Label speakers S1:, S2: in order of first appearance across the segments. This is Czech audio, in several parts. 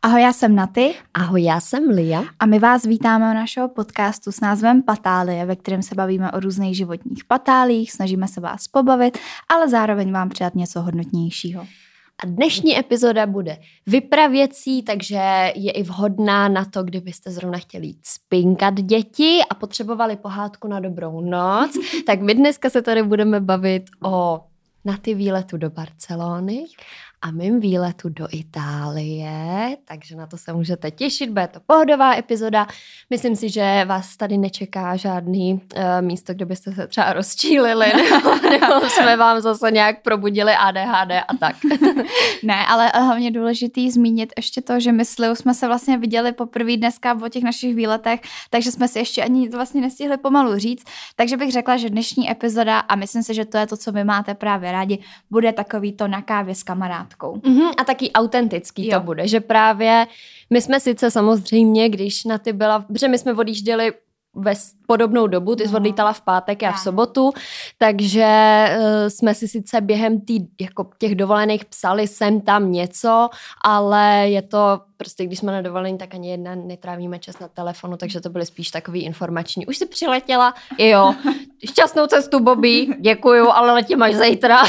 S1: Ahoj, já jsem Naty.
S2: Ahoj, já jsem Lia.
S1: A my vás vítáme u našeho podcastu s názvem Patálie, ve kterém se bavíme o různých životních patálích, snažíme se vás pobavit, ale zároveň vám přidat něco hodnotnějšího.
S2: A dnešní epizoda bude vypravěcí, takže je i vhodná na to, kdybyste zrovna chtěli jít spinkat děti a potřebovali pohádku na dobrou noc. Tak my dneska se tady budeme bavit o Naty výletu do Barcelony a mým výletu do Itálie, takže na to se můžete těšit, bude to pohodová epizoda. Myslím si, že vás tady nečeká žádný místo, kde byste se třeba rozčílili, nebo jsme vám zase nějak probudili ADHD a tak.
S1: Ne, ale hlavně důležitý zmínit ještě to, že my s Liou jsme se vlastně viděli poprvé dneska o těch našich výletech, takže jsme si ještě ani to vlastně nestihli pomalu říct, takže bych řekla, že dnešní epizoda, a myslím si, že to je to, co vy máte právě rádi, bude takový to na kávě s kamarádkou.
S2: A taky autentický to bude, že právě my jsme sice samozřejmě, když Naty byla, protože my jsme odjížděli ve podobnou dobu, ty jsi odlítala v pátek a v sobotu, takže jsme si sice během jako těch dovolených psali sem tam něco, ale je to prostě, když jsme na dovolení, tak ani jedna netrávíme čas na telefonu, takže to byly spíš takový informační. Už jsi přiletěla? Jo. Šťastnou cestu, Bobby, děkuju, ale letím až zítra.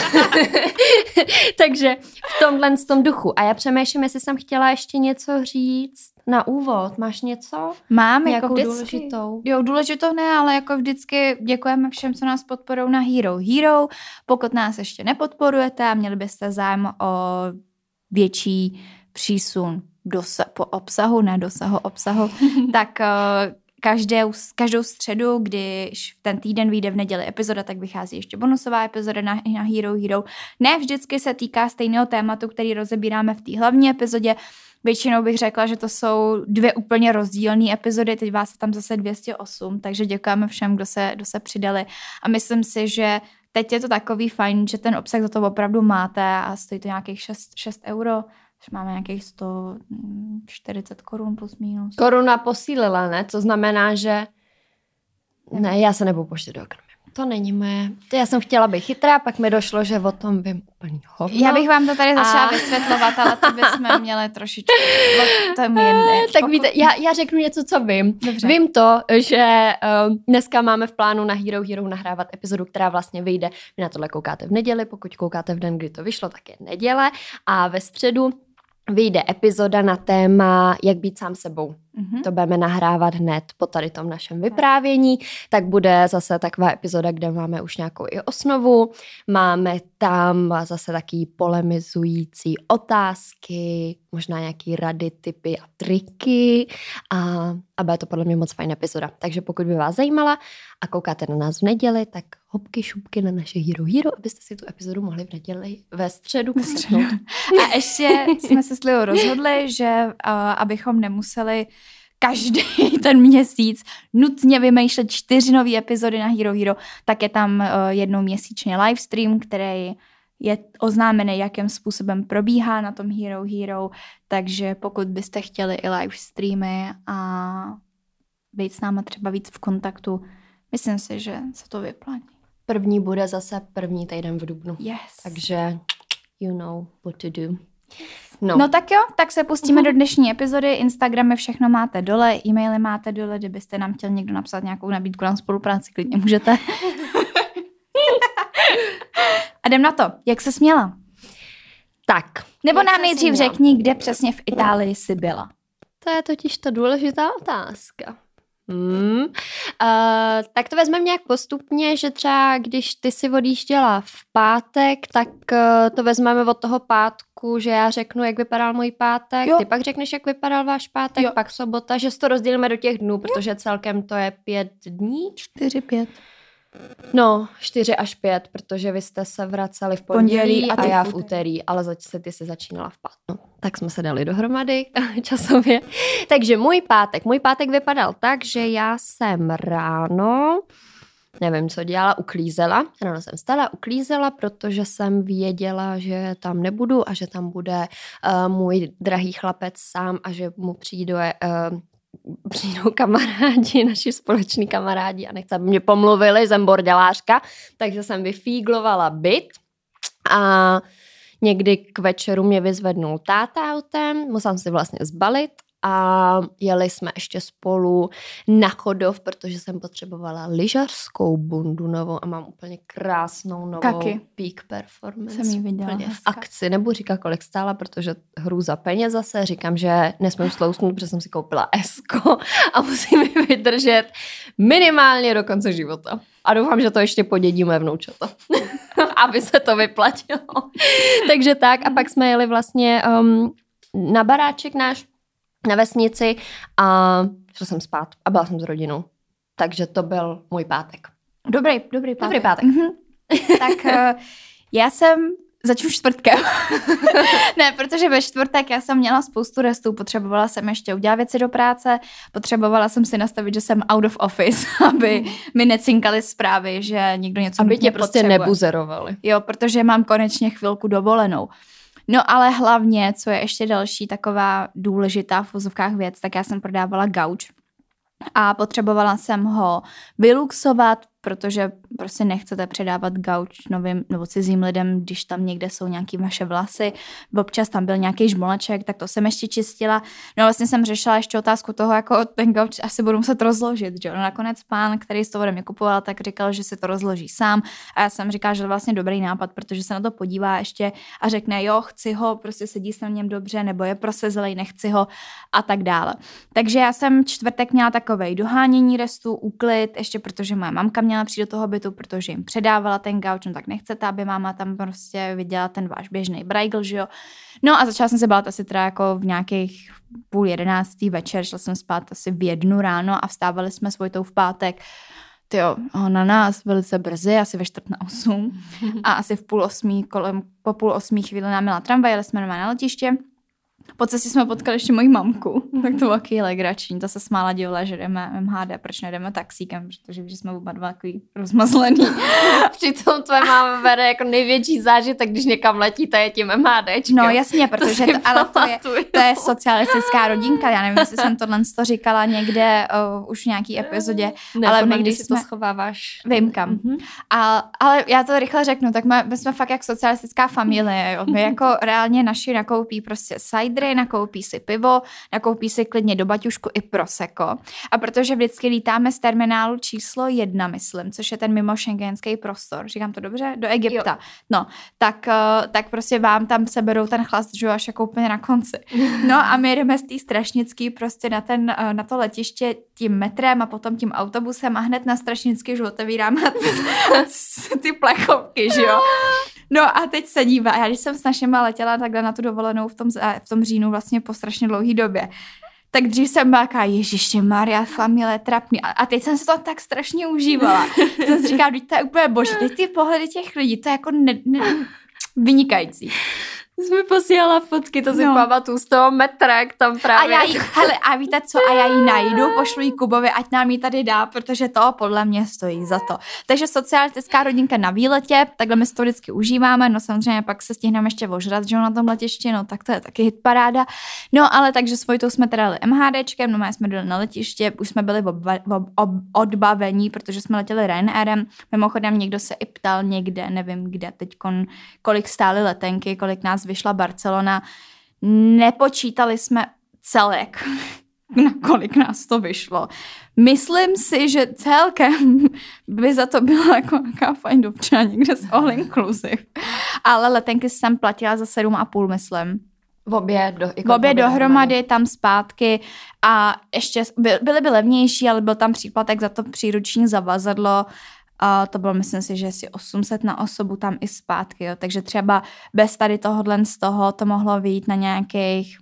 S2: Takže v tom duchu. A já přemýšlím, jestli jsem chtěla ještě něco říct na úvod. Máš něco?
S1: Mám,
S2: jako
S1: vždycky.
S2: Důležitou?
S1: Jo, důležitou ne, ale jako vždycky děkujeme všem, co nás podporují na Hero Hero. Pokud nás ještě nepodporujete a měli byste zájem o větší přísun po obsahu, ne dosahu obsahu, tak každou středu, když v ten týden vyjde v neděli epizoda, tak vychází ještě bonusová epizoda na Hero Hero. Ne vždycky se týká stejného tématu, který rozebíráme v té hlavní epizodě. Většinou bych řekla, že to jsou 2 úplně rozdílné epizody, teď vás je tam zase 208, takže děkujeme všem, kdo se přidali. A myslím si, že teď je to takový fajn, že ten obsah za to opravdu máte a stojí to nějakých 6 euro. Máme nějakých 140 korun plus minus.
S2: Koruna posílila, ne? Co znamená, že... Ne, já se nebudu pouštět do okna. To není moje... Já jsem chtěla být chytrá, pak mi došlo, že o tom vím úplně hovno.
S1: Já bych vám to tady začala vysvětlovat, ale to bychom měli trošičku... To je jedné.
S2: Tak víte, já řeknu něco, co vím. Dobře. Vím to, že dneska máme v plánu na Hero Hero nahrávat epizodu, která vlastně vyjde. Vy na tohle koukáte v neděli, pokud koukáte v den, kdy to vyšlo, tak je neděle. A ve středu vyjde epizoda na téma, jak být sám sebou. To budeme nahrávat hned po tady tom našem vyprávění. Tak bude zase taková epizoda, kde máme už nějakou i osnovu. Máme tam zase taky polemizující otázky, možná nějaký rady, tipy a triky. A bude to podle mě moc fajná epizoda. Takže pokud by vás zajímala a koukáte na nás v neděli, tak hopky, šupky na naše Hero Hero, abyste si tu epizodu mohli v neděli ve středu poslechnout.
S1: A ještě jsme se s Liou rozhodli, že abychom nemuseli každý ten měsíc nutně vymýšlet 4 nové epizody na Hero Hero, tak je tam jednou měsíčně livestream, který je oznámený, jakým způsobem probíhá na tom Hero Hero, takže pokud byste chtěli i livestreamy a být s náma třeba víc v kontaktu, myslím si, že se to vyplatí.
S2: První bude zase první týden v dubnu.
S1: Yes.
S2: Takže you know what to do.
S1: No tak jo, tak se pustíme do dnešní epizody. Instagramy všechno máte dole, e-maily máte dole, kdybyste nám chtěl někdo napsat nějakou nabídku na spolupráci, klidně můžete. A jdem na to, jak se směla?
S2: Tak.
S1: Nebo nám nejdřív řekni, kde přesně v Itálii jsi byla.
S2: To je totiž ta důležitá otázka. Tak to vezmeme nějak postupně, že třeba když ty si odjížděla v pátek, tak to vezmeme od toho pátku, že já řeknu, jak vypadal můj pátek, ty pak řekneš, jak vypadal váš pátek, pak sobota, že si to rozdělíme do těch dnů, protože celkem to je 5 dní.
S1: 4-5.
S2: No, 4 až 5, protože vy jste se vraceli v pondělí a já v úterý, ale ty jsi začínala v pátek. No, tak jsme se dali dohromady časově. Takže můj pátek vypadal tak, že já jsem ráno, nevím, co dělala, uklízela. Ráno jsem stala, uklízela, protože jsem věděla, že tam nebudu a že tam bude můj drahý chlapec sám a že mu přijdou kamarádi, naši společní kamarádi a nechce, aby mě pomluvili, jsem bordelářka, takže jsem vyfíglovala byt a někdy k večeru mě vyzvednul táta autem, musela jsem si vlastně zbalit a jeli jsme ještě spolu na Chodov, protože jsem potřebovala lyžařskou bundu novou a mám úplně krásnou novou
S1: Taky.
S2: Peak Performance.
S1: Jsem ji viděla.
S2: V akci. Nebudu říkat, kolik stála, protože hru za peněz zase. Říkám, že nesmím slousnout, protože jsem si koupila S-ko a musím ji vydržet minimálně do konce života. A doufám, že to ještě podědí moje vnoučata, aby se to vyplatilo. Takže tak. A pak jsme jeli vlastně na baráček náš na vesnici a šla jsem spát a byla jsem s rodinou. Takže to byl můj pátek.
S1: Dobrý pátek.
S2: Dobrý pátek.
S1: Tak já jsem začnu čtvrtkem. Ne, protože ve čtvrtek já jsem měla spoustu restů, potřebovala jsem ještě udělat věci do práce, potřebovala jsem si nastavit, že jsem out of office, aby mi necinkaly zprávy, že někdo něco
S2: aby tě prostě
S1: potřebuje.
S2: nebuzerovali.
S1: Jo, protože mám konečně chvilku dovolenou. No ale hlavně, co je ještě další taková důležitá v vozovkách věc, tak já jsem prodávala gauč a potřebovala jsem ho vyluxovat, protože prostě nechcete předávat gauč novým nebo cizím lidem, když tam někde jsou nějaký vaše vlasy. Občas tam byl nějaký žmoleček, tak to jsem ještě čistila. No a vlastně jsem řešila ještě otázku toho, jako ten gauč asi budu muset rozložit, že? No nakonec pán, který z toho ode mě kupoval, tak říkal, že si to rozloží sám a já jsem říkala, že to je vlastně dobrý nápad, protože se na to podívá ještě a řekne, jo, chci ho, prostě sedí se na něm dobře, nebo je prosezelej, nechci ho a tak dále. Takže já jsem čtvrtek měla takovej dohánění restů, úklid, ještě protože moje mamka měla přijít do toho bytu, protože jim předávala ten gauč, no tak nechcete, aby máma tam prostě viděla ten váš běžný brajgl, že jo. No a začala jsem se bát asi teda jako v nějakých 10:30 večer, šla jsem spát asi v 1 ráno a vstávali jsme s Vojtou v pátek, tyjo, na nás velice brzy, asi ve 7:45 a asi v 7:30, po 7:30 chvíli nám měla tramvaj, jeli jsme na letiště. Po cestě jsme potkali ještě moji mamku, tak to bylo takový legrační. Ta se smála, divila, že jdeme MHD, proč nejdeme taxíkem, protože že jsme oba dva takový rozmazlený.
S2: Přitom tvoje máma bere jako největší zážitek, když někam letíte, je tím MHDčkem.
S1: No jasně, protože ale to je socialistická rodinka. Já nevím, jestli jsem tohle říkala někde už v nějaký epizodě.
S2: Ne,
S1: ale
S2: my, když si to schováváš.
S1: Vím kam. Ale já to rychle řeknu, tak my jsme fakt jak socialistická familie. Jo. My jako reálně naši nakoupí prostě cidery, nakoupí si pivo, nakoupí si klidně do baťušku i prosecco. A protože vždycky lítáme z terminálu číslo 1, myslím, což je ten mimo schengenský prostor, říkám to dobře, do Egypta. Jo. No, tak prostě vám tam seberou ten chlast, že až jako úplně na konci. No a my jdeme z té Strašnický prostě na to letiště tím metrem a potom tím autobusem a hned na Strašnický, že otevíráme ty plechovky, že jo. No a teď se dívá, já když jsem s našima letěla takhle na tu dovolenou v tom říjnu vlastně po strašně dlouhý době, tak dřív jsem byla taková, ježišmarja, familie, trapný. A teď jsem se to tak strašně užívala. Jsem si říkala, to je úplně boží, teď ty pohledy těch lidí, to je jako vynikající.
S2: Jsi mi posílala fotky, to si pamatuju z toho metra, jak tam právě...
S1: A víte co, a já ji najdu, pošlu ji Kubovi, ať nám ji tady dá, protože to podle mě stojí za to. Takže socialistická rodinka na výletě, takhle my si to vždycky užíváme, no samozřejmě pak se stihneme ještě ožrat, že na tom letišti, no tak to je taky hitparáda. No ale takže s Vojtou jsme teda jeli MHDčkem, no my jsme byli na letiště, už jsme byli odbavení, protože jsme letěli Ryanairem, mimochodem někdo se i ptal někde, nevím kde teďkon, kolik stály letenky, kolik nás vyšla Barcelona. Nepočítali jsme celek, na kolik nás to vyšlo. Myslím si, že celkem by za to byla jako nějaká fajn dobčina někde z all inclusive. Ale letenky jsem platila za 7,5, myslím.
S2: V obě
S1: dohromady, tam zpátky a ještě byly by levnější, ale byl tam příplatek za to příruční zavazadlo. A to bylo, myslím si, že asi 800 na osobu tam i zpátky, jo. Takže třeba bez tady tohohle z toho to mohlo vyjít na nějakých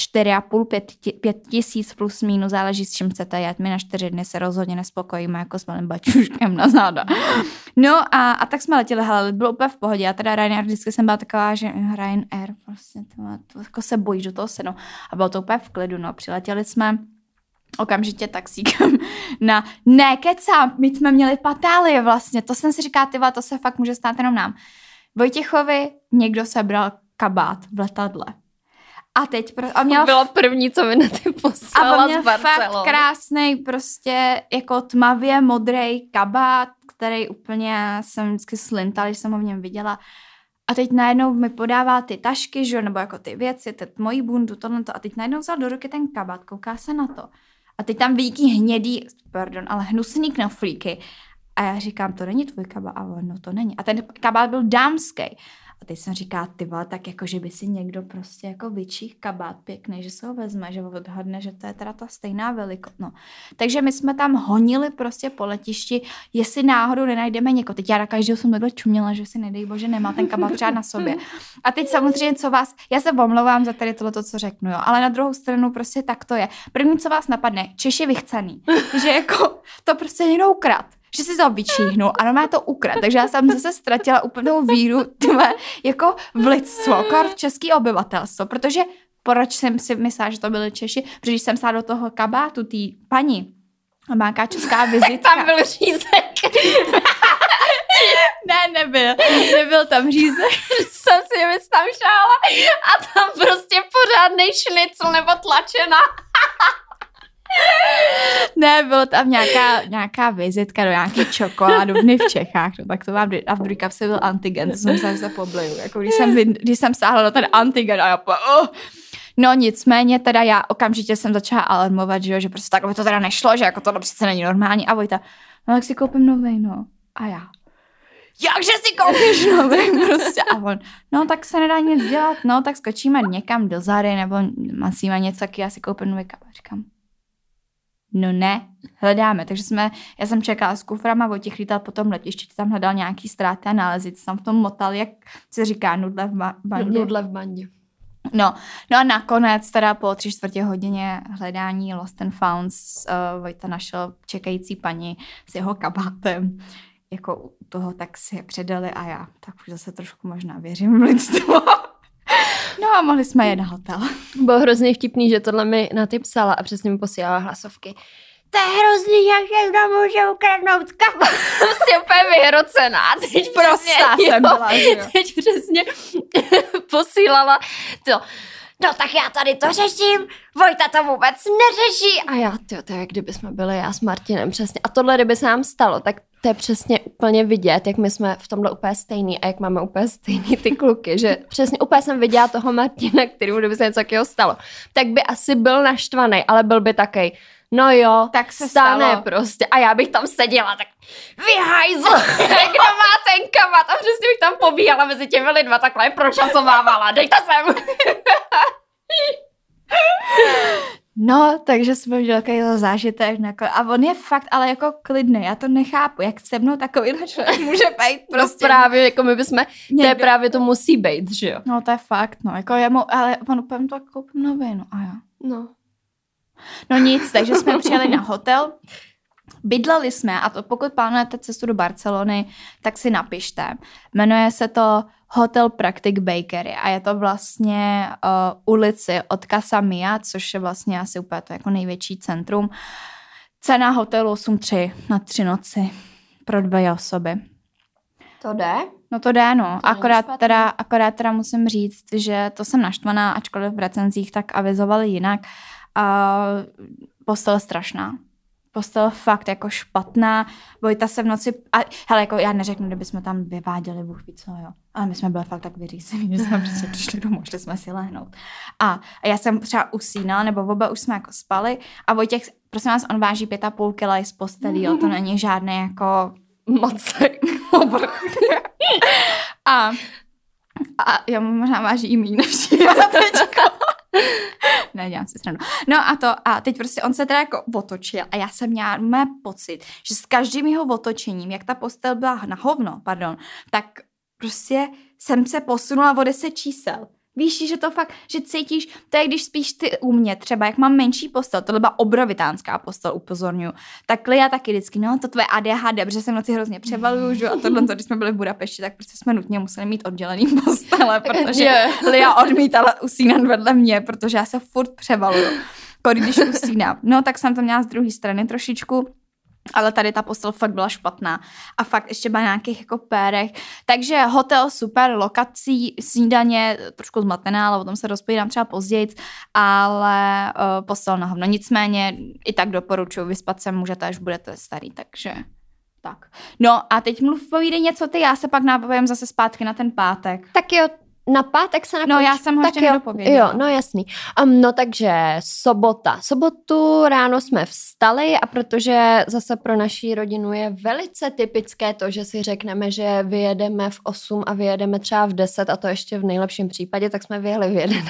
S1: 4,5–5 tisíc plus minus, záleží s čím chcete jet. My na 4 dny se rozhodně nespokojíme jako s malým baťuškem na záda. No a tak jsme letěli, hele, bylo úplně v pohodě. Já teda Ryanair vždycky jsem byla taková, že Ryanair prostě to jako se bojíš do toho senu. A bylo to úplně v klidu, no. Přiletěli jsme okamžitě taxíkem ne, kecám, my jsme měli patálie vlastně, to jsem si říkala, tyva, to se fakt může stát jenom nám. Vojtěchovi někdo sebral kabát v letadle. A teď
S2: to bylo první, co mi na ty poslala z Barcelony. A
S1: fakt krásnej, prostě jako tmavě modrý kabát, který úplně jsem vždycky slintala, když jsem ho v něm viděla. A teď najednou mi podává ty tašky, že, nebo jako ty věci, teď moji bundu, tohleto. A teď najednou vzal do ruky ten kabát, kouká se na to. A teď tam vidí hnědý, ale hnusný knoflíky. A já říkám, to není tvůj kabát. A on, no to není. A ten kabát byl dámský. A teď jsem říká, ty vole, tak jako, že by si někdo prostě jako vyčích kabát pěkný, že se ho vezme, že odhadne, že to je teda ta stejná velikost. No. Takže my jsme tam honili prostě po letišti, jestli náhodou nenajdeme někoho. Teď já na každého jsem takhle čuměla, že si nedej bože, nemá ten kabát třeba na sobě. A teď samozřejmě, co vás, já se omlouvám za tady tohleto, co řeknu, jo, ale na druhou stranu prostě tak to je. První, co vás napadne, Češi vychcený, že jako to prostě někdo ukrad. Že si to vyčíhnul a normálně to ukrad. Takže já jsem zase ztratila úplnou víru jako v lidstvo, v český obyvatelstvo, protože proč jsem si myslela, že to byly Češi, protože když jsem sáhla do toho kabátu, té paní, a má nějaká česká vizitka.
S2: Tam byl řízek.
S1: Ne, nebyl tam řízek.
S2: Jsem si věc tam šála a tam prostě pořádnej šnicl nebo tlačena.
S1: Ne, bylo tam nějaká vizitka do nějaké čokoládovny v Čechách, no, tak to mám, a v druhé kapse byl antigen, to jsem se zase pobliju, jako když jsem sáhla na ten antigen a já No nicméně teda já okamžitě jsem začala alarmovat, že prostě takhle by to teda nešlo, že jako tohle přece není normální a Vojta, no tak si koupím novej, no. A já, jakže si koupíš novej prostě a on, no tak se nedá nic dělat, no tak skočíme někam do Zary nebo masíme něco, taky já si koupím nový kabát, říkám. No ne, hledáme, takže já jsem čekala s kuframa, Vojtěch lítal po tom letišti, tam hledal nějaký ztráty a nálezy, tam v tom motal, jak se říká, nudle v bandě.
S2: Nudle v bandě.
S1: No a nakonec teda po 3/4 hodině hledání Lost and Founds Vojta našel čekající paní s jeho kabátem. Jako u toho tak si je předali a já tak už zase trošku možná věřím v lidstvo. No a mohli jsme jet na hotel.
S2: Bylo hrozně vtipný, že tohle mi na ty psala a přesně mi posílala hlasovky. To je hrozný, jak někdo může ukradnout kabát. Prostě úplně vyhrocená. Teď
S1: prostá jsem byla, jo.
S2: Teď přesně posílala to. No tak já tady to řeším, Vojta to vůbec neřeší. A já, to je jak kdyby jsme byli já s Martinem přesně. A tohle, kdyby se nám stalo, tak to je přesně úplně vidět, jak my jsme v tomhle úplně stejný a jak máme úplně stejný ty kluky, že přesně úplně jsem viděla toho Martina, kterému kdyby se něco takového stalo, tak by asi byl naštvaný, ale byl by takej, no jo,
S1: tak se
S2: stane
S1: stalo.
S2: prostě. A já bych tam seděla, tak vyhajzl, kdo má ten kabát a přesně bych tam pobíhala mezi těmi lidma, takhle pročasovávala, dejte sem.
S1: No, takže jsme měli takový zážitek. A on je fakt ale jako klidný, já to nechápu, jak se mnou takovýhle člověk může být prostě.
S2: No právě, jako my bychom, to je právě to musí být, že jo.
S1: No to je fakt, no, jako ale on úplně to koupím nový, no a já. No nic, takže jsme přijeli na hotel, bydleli jsme, a to pokud plánujete cestu do Barcelony, tak si napište. Jmenuje se to Hotel Practic Bakery a je to vlastně ulici od Casa Mia, což je vlastně asi úplně to jako největší centrum. Cena hotelu 8,3 na 3 noci pro 2 osoby.
S2: To jde?
S1: No to jde, no. Akorát teda musím říct, že to jsem naštvaná, ačkoliv v recenzích tak avizovali jinak. Postel strašná. Postel fakt jako špatná. Vojta se v noci... hele, jako já neřeknu, kdybychom tam vyváděli, Bůh ví co, jo. Ale my jsme byli fakt tak vyřízení, že jsme prostě přišli domů, šli jsme si lehnout. A já jsem třeba usínala, nebo oba už jsme jako spali a Vojtěch, prosím vás, on váží 5,5 kg z postelí, jo. To není žádný jako...
S2: Mocek.
S1: A já možná váží i míň než já teďko. Ne, dělám si srandu. No a teď prostě on se teda jako otočil a já jsem měla mé pocit, že s každým jeho otočením, jak ta postel byla na hovno, tak prostě jsem se posunula o 10 čísel. Víš, že to fakt, že cítíš, to je když spíš ty u mě, třeba jak mám menší postel, tohle byla obrovitánská postel, upozorňuju, tak Lia taky vždycky, no to tvoje ADHD, protože se v noci hrozně převaluju, že? A tohle, když jsme byli v Budapešti, tak prostě jsme nutně museli mít oddělený postele, protože Lia odmítala usínat vedle mě, protože já se furt převaluju, když usínám. No tak jsem to měla z druhé strany trošičku, ale tady ta postel fakt byla špatná a fakt ještě byla nějakých jako pérech. Takže hotel super, lokací, snídaně trošku zmatená, ale o tom se rozpovídám třeba později, ale postel na hovno. Nicméně i tak doporučuji, vyspat se můžete, až budete starý, takže Tak. No a teď povídej něco ty, já se pak napojím zase zpátky na ten pátek.
S2: Tak jo, na pátek se
S1: No já jsem ho ještě nedopověděla.
S2: Jo, no jasný. No takže sobota. Sobotu ráno jsme vstali a protože zase pro naší rodinu je velice typické to, že si řekneme, že vyjedeme v 8 a vyjedeme třeba v 10 a to ještě v nejlepším případě, tak jsme vyjeli v 11.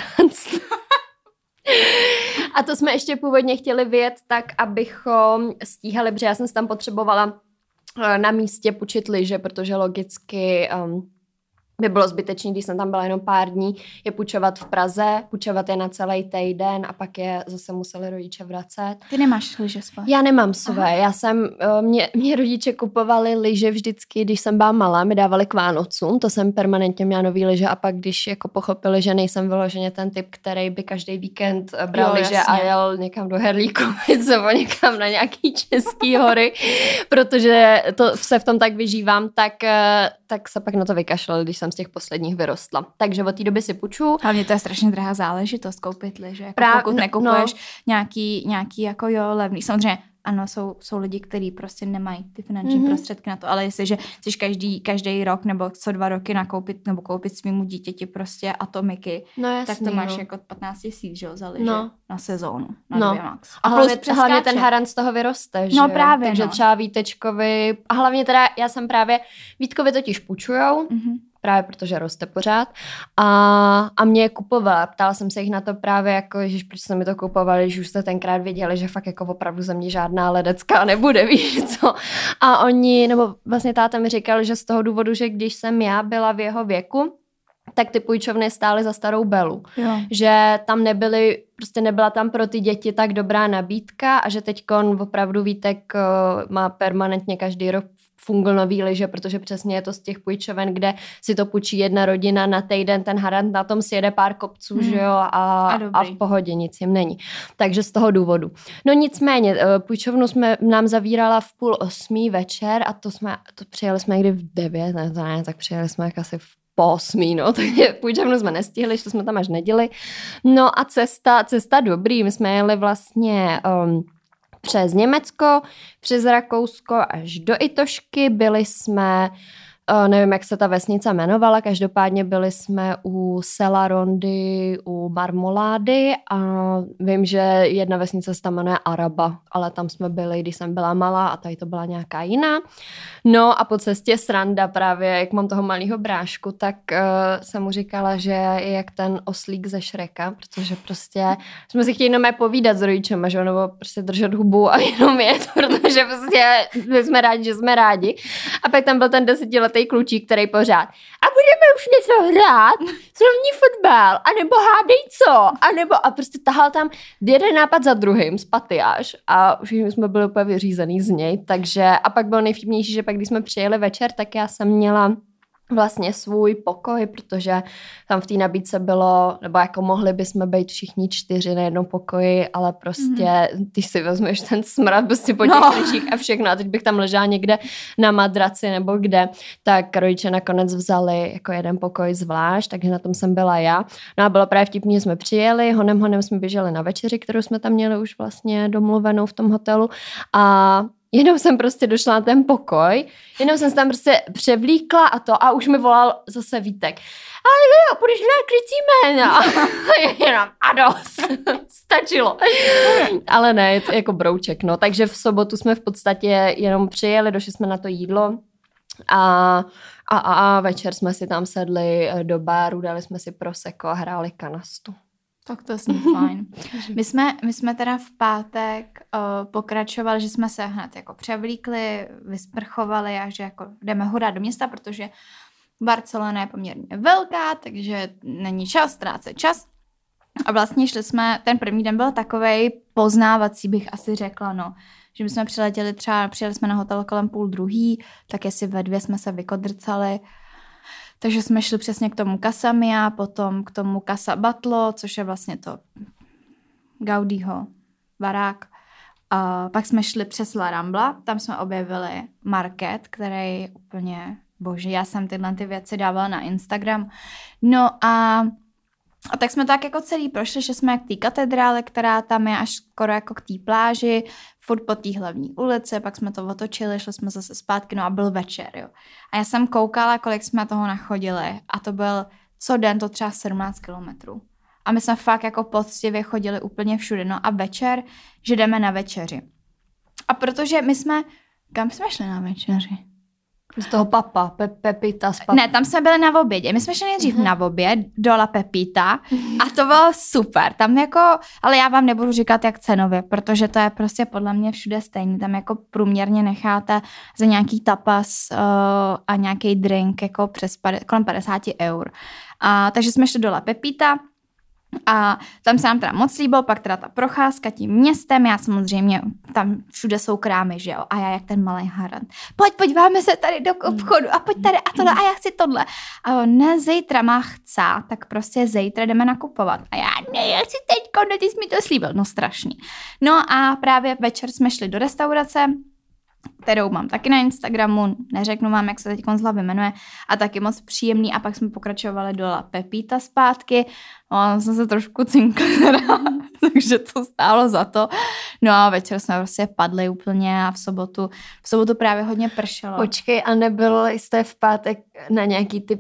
S2: A to jsme ještě původně chtěli vyjet tak, abychom stíhali, protože já jsem si tam potřebovala na místě půjčit lyže, protože logicky by bylo zbytečné, když jsem tam byla jenom pár dní, je půjčovat v Praze, půjčovat je na celý týden a pak je zase museli rodiče vracet.
S1: Ty nemáš lyže své?
S2: Já nemám své. Já jsem, mě rodiče kupovali lyže vždycky, když jsem byla malá, mi dávali k Vánocům, to jsem permanentně měla nový lyže a pak když jako pochopili, že nejsem vyloženě ten typ, který by každý víkend bral lyže a jel někam do Herlíkovic nebo někam na nějaký český hory, protože to se v tom tak vyžívám, tak se pak na to vykašlali, když jsem z těch posledních vyrostla. Takže od té doby si půjču.
S1: Hlavně to je strašně drahá záležitost koupit lyže. Jako pokud nekupuješ nějaký jako levný. Samozřejmě ano, jsou lidi, kteří prostě nemají ty finanční prostředky na to, ale jestliže chceš každý rok nebo co 2 roky nakoupit nebo koupit svýmu dítěti prostě atomiky, tak to máš jako 15 000, že jo, za lyže na sezónu, na 2 max.
S2: A hlavně ten haran z toho vyroste, že
S1: jo? Právě,
S2: takže třeba Vítečkovi, a hlavně teda já jsem právě, Vítkovi totiž půjčujou, právě protože roste pořád a mě je kupovala. Ptala jsem se jich na to právě jako, ježiš, proč se mi to kupovali, že už jste tenkrát věděli, že fakt jako opravdu ze mě žádná ledecká nebude, víš co. A oni, nebo vlastně táta mi říkal, že z toho důvodu, že když jsem já byla v jeho věku, tak ty půjčovny stály za starou Belu. Jo. Že tam nebyla tam pro ty děti tak dobrá nabídka a že teďkon opravdu Vítek má permanentně každý rok funglnový lyže, protože přesně je to z těch půjčoven, kde si to půjčí jedna rodina na týden, ten harant na tom si jede pár kopců, že jo, a v pohodě nic jim není. Takže z toho důvodu. No nicméně, půjčovnu nám zavírala v 7:30 večer a to přijeli jsme někdy v 9, ne, tak přijeli jsme jak asi v 8:30, no, takže půjčovnu jsme nestihli, šli jsme tam až neděli. No a cesta dobrý, my jsme jeli vlastně přes Německo, přes Rakousko až do Itošky, byli jsme, nevím, jak se ta vesnice jmenovala, každopádně byli jsme u Sela Rondy, u Marmolády a vím, že jedna vesnice se tam jmenuje Araba, ale tam jsme byli, když jsem byla malá a tady to byla nějaká jiná. No a po cestě sranda právě, jak mám toho malého brášku, tak jsem mu říkala, že je jak ten oslík ze Šreka, protože prostě jsme si chtěli jenom povídat s rodičema, že nebo prostě držet hubu a jenom jet, protože prostě my jsme rádi, že jsme rádi. A pak tam byl ten 10letý klučík, který pořád a budeme už něco hrát, slovní fotbal, anebo hádej co, a prostě tahal tam jeden nápad za druhým z Patyáš a všichni jsme byli úplně vyřízený z něj, takže a pak bylo nejvtipnější, že pak když jsme přijeli večer, tak já jsem měla vlastně svůj pokoj, protože tam v té nabídce bylo, nebo jako mohli bychom být všichni 4 na jednom pokoji, ale prostě ty si vezmeš ten smrad prostě po těch lyžích a všechno a teď bych tam ležela někde na madraci nebo kde, tak rodiče nakonec vzali jako jeden pokoj zvlášť, takže na tom jsem byla já. No a bylo právě vtipně, jsme přijeli, honem jsme běželi na večeři, kterou jsme tam měli už vlastně domluvenou v tom hotelu a jenom jsem prostě došla na ten pokoj, jenom jsem se tam prostě převlíkla a už mi volal zase Vítek. Ale jo, půjdeš na krycí jména. Jenom ados. Stačilo. Ale ne, je to jako brouček, no. Takže v sobotu jsme v podstatě jenom přijeli, došli jsme na to jídlo a večer jsme si tam sedli do baru, dali jsme si prosecco a hráli kanastu.
S1: Tak to zní fajn. My jsme teda v pátek pokračovali, že jsme se hned jako převlíkli, vysprchovali a že jako jdeme hurát do města, protože Barcelona je poměrně velká, takže není čas, ztrácet čas. A vlastně ten první den byl takovej poznávací, bych asi řekla, no. Že my jsme přijeli jsme na hotel kolem 12:30, tak jestli ve 2 jsme se vykodrcali. Takže jsme šli přesně k tomu Casa Mia, potom k tomu Casa Batlo, což je vlastně to Gaudího barák. A pak jsme šli přes La Rambla, tam jsme objevili market, který úplně, bože, já jsem tyhle ty věci dávala na Instagram. No a A tak jsme tak jako celý prošli, že jsme k té katedrále, která tam je až skoro jako k té pláži, furt po té hlavní ulici, pak jsme to otočili, šli jsme zase zpátky, no a byl večer, jo. A já jsem koukala, kolik jsme toho nachodili a to byl co den to třeba 17 kilometrů. A my jsme fakt jako poctivě chodili úplně všude, no a večer, že jdeme na večeři. A protože kam jsme šli na večeři?
S2: Z toho Papa, Pepita.
S1: Ne, tam jsme byli na obědě. My jsme šli nejdřív na oběd do La Pepita a to bylo super. Tam jako, ale já vám nebudu říkat jak cenově, protože to je prostě podle mě všude stejný. Tam jako průměrně necháte za nějaký tapas a nějaký drink jako kolem 50 eur. Takže jsme šli do La Pepita. A tam se nám teda moc líbilo, pak teda ta procházka tím městem, já samozřejmě, tam všude jsou krámy, že jo, a já jak ten malý harant. Podíváme se tady do obchodu a pojď tady a tohle a já chci tohle. A on, ne, zítra má chcát, tak prostě zítra jdeme nakupovat. A já chci teďko, ty jsi mi to slíbil, no strašný. No a právě večer jsme šli do restaurace, kterou mám taky na Instagramu, neřeknu vám, jak se teď z hlavy jmenuje, a taky moc příjemný, a pak jsme pokračovali do La Pepita zpátky, no, jsme se trošku cinkli, takže to stálo za to. No a večer jsme prostě padli úplně a v sobotu právě hodně pršelo.
S2: Počkej, a nebylo jste v pátek na nějaký ty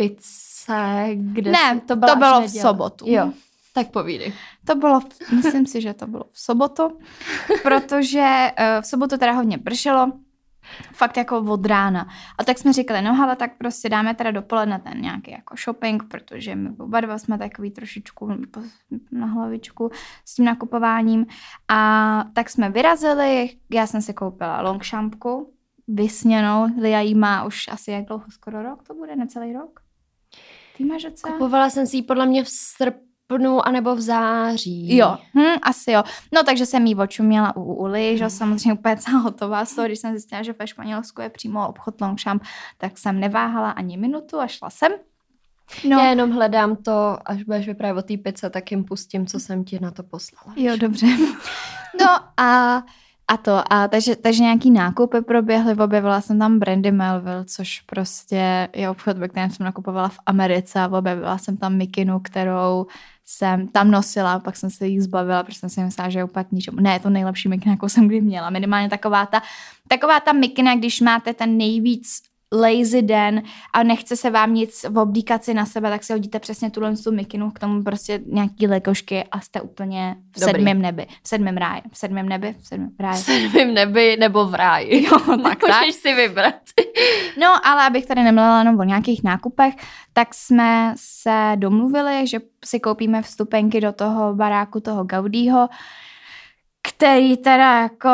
S2: pizze, kde
S1: ne, to bylo v sobotu.
S2: Jo. Tak povídej.
S1: Myslím si, že to bylo v sobotu, protože v sobotu teda hodně pršelo, fakt jako od rána. A tak jsme říkali, no ale tak prostě dáme teda dopoledne ten nějaký jako shopping, protože my oba dva jsme takový trošičku na hlavičku s tím nakupováním. A tak jsme vyrazili, já jsem si koupila longchampku, vysněnou, Lia jí má už asi jak dlouho, skoro rok to bude, necelý rok? Ty máš co?
S2: Kupovala jsem si ji podle mě v srpnu anebo v září.
S1: Jo, asi jo. No takže jsem jí očuměla u Uli, že samozřejmě úplně celá hotová. Z toho, když jsem zjistila, že ve Španělsku je přímo obchod Longchamp, tak jsem neváhala ani minutu a šla jsem.
S2: No. Já jenom hledám to, až budeš vyprávět o té pice, tak jim pustím, co jsem ti na to poslala.
S1: Jo, dobře. No takže nějaký nákupy proběhly, objevila jsem tam Brandy Melville, což prostě je obchod, ve kterém jsem nakupovala v Americe, a objevila jsem tam mikinu, kterou jsem tam nosila, pak jsem se jí zbavila, protože jsem si myslela, že je úplně k ničemu. Ne, je to nejlepší mikina, jakou jsem kdy měla. Minimálně taková ta mikina, když máte ten nejvíc lazy den a nechce se vám nic v oblíkaci na sebe, tak si hodíte přesně tu mikinu, k tomu prostě nějaký lekošky a jste úplně v sedmém nebi. V sedmém ráji. V sedmém nebi? V sedmém ráji.
S2: V sedmém nebi nebo v ráji.
S1: Jo, tak.
S2: Můžeš si vybrat.
S1: No, ale abych tady nemluvila jenom o nějakých nákupech, tak jsme se domluvili, že si koupíme vstupenky do toho baráku, toho Gaudího, který teda jako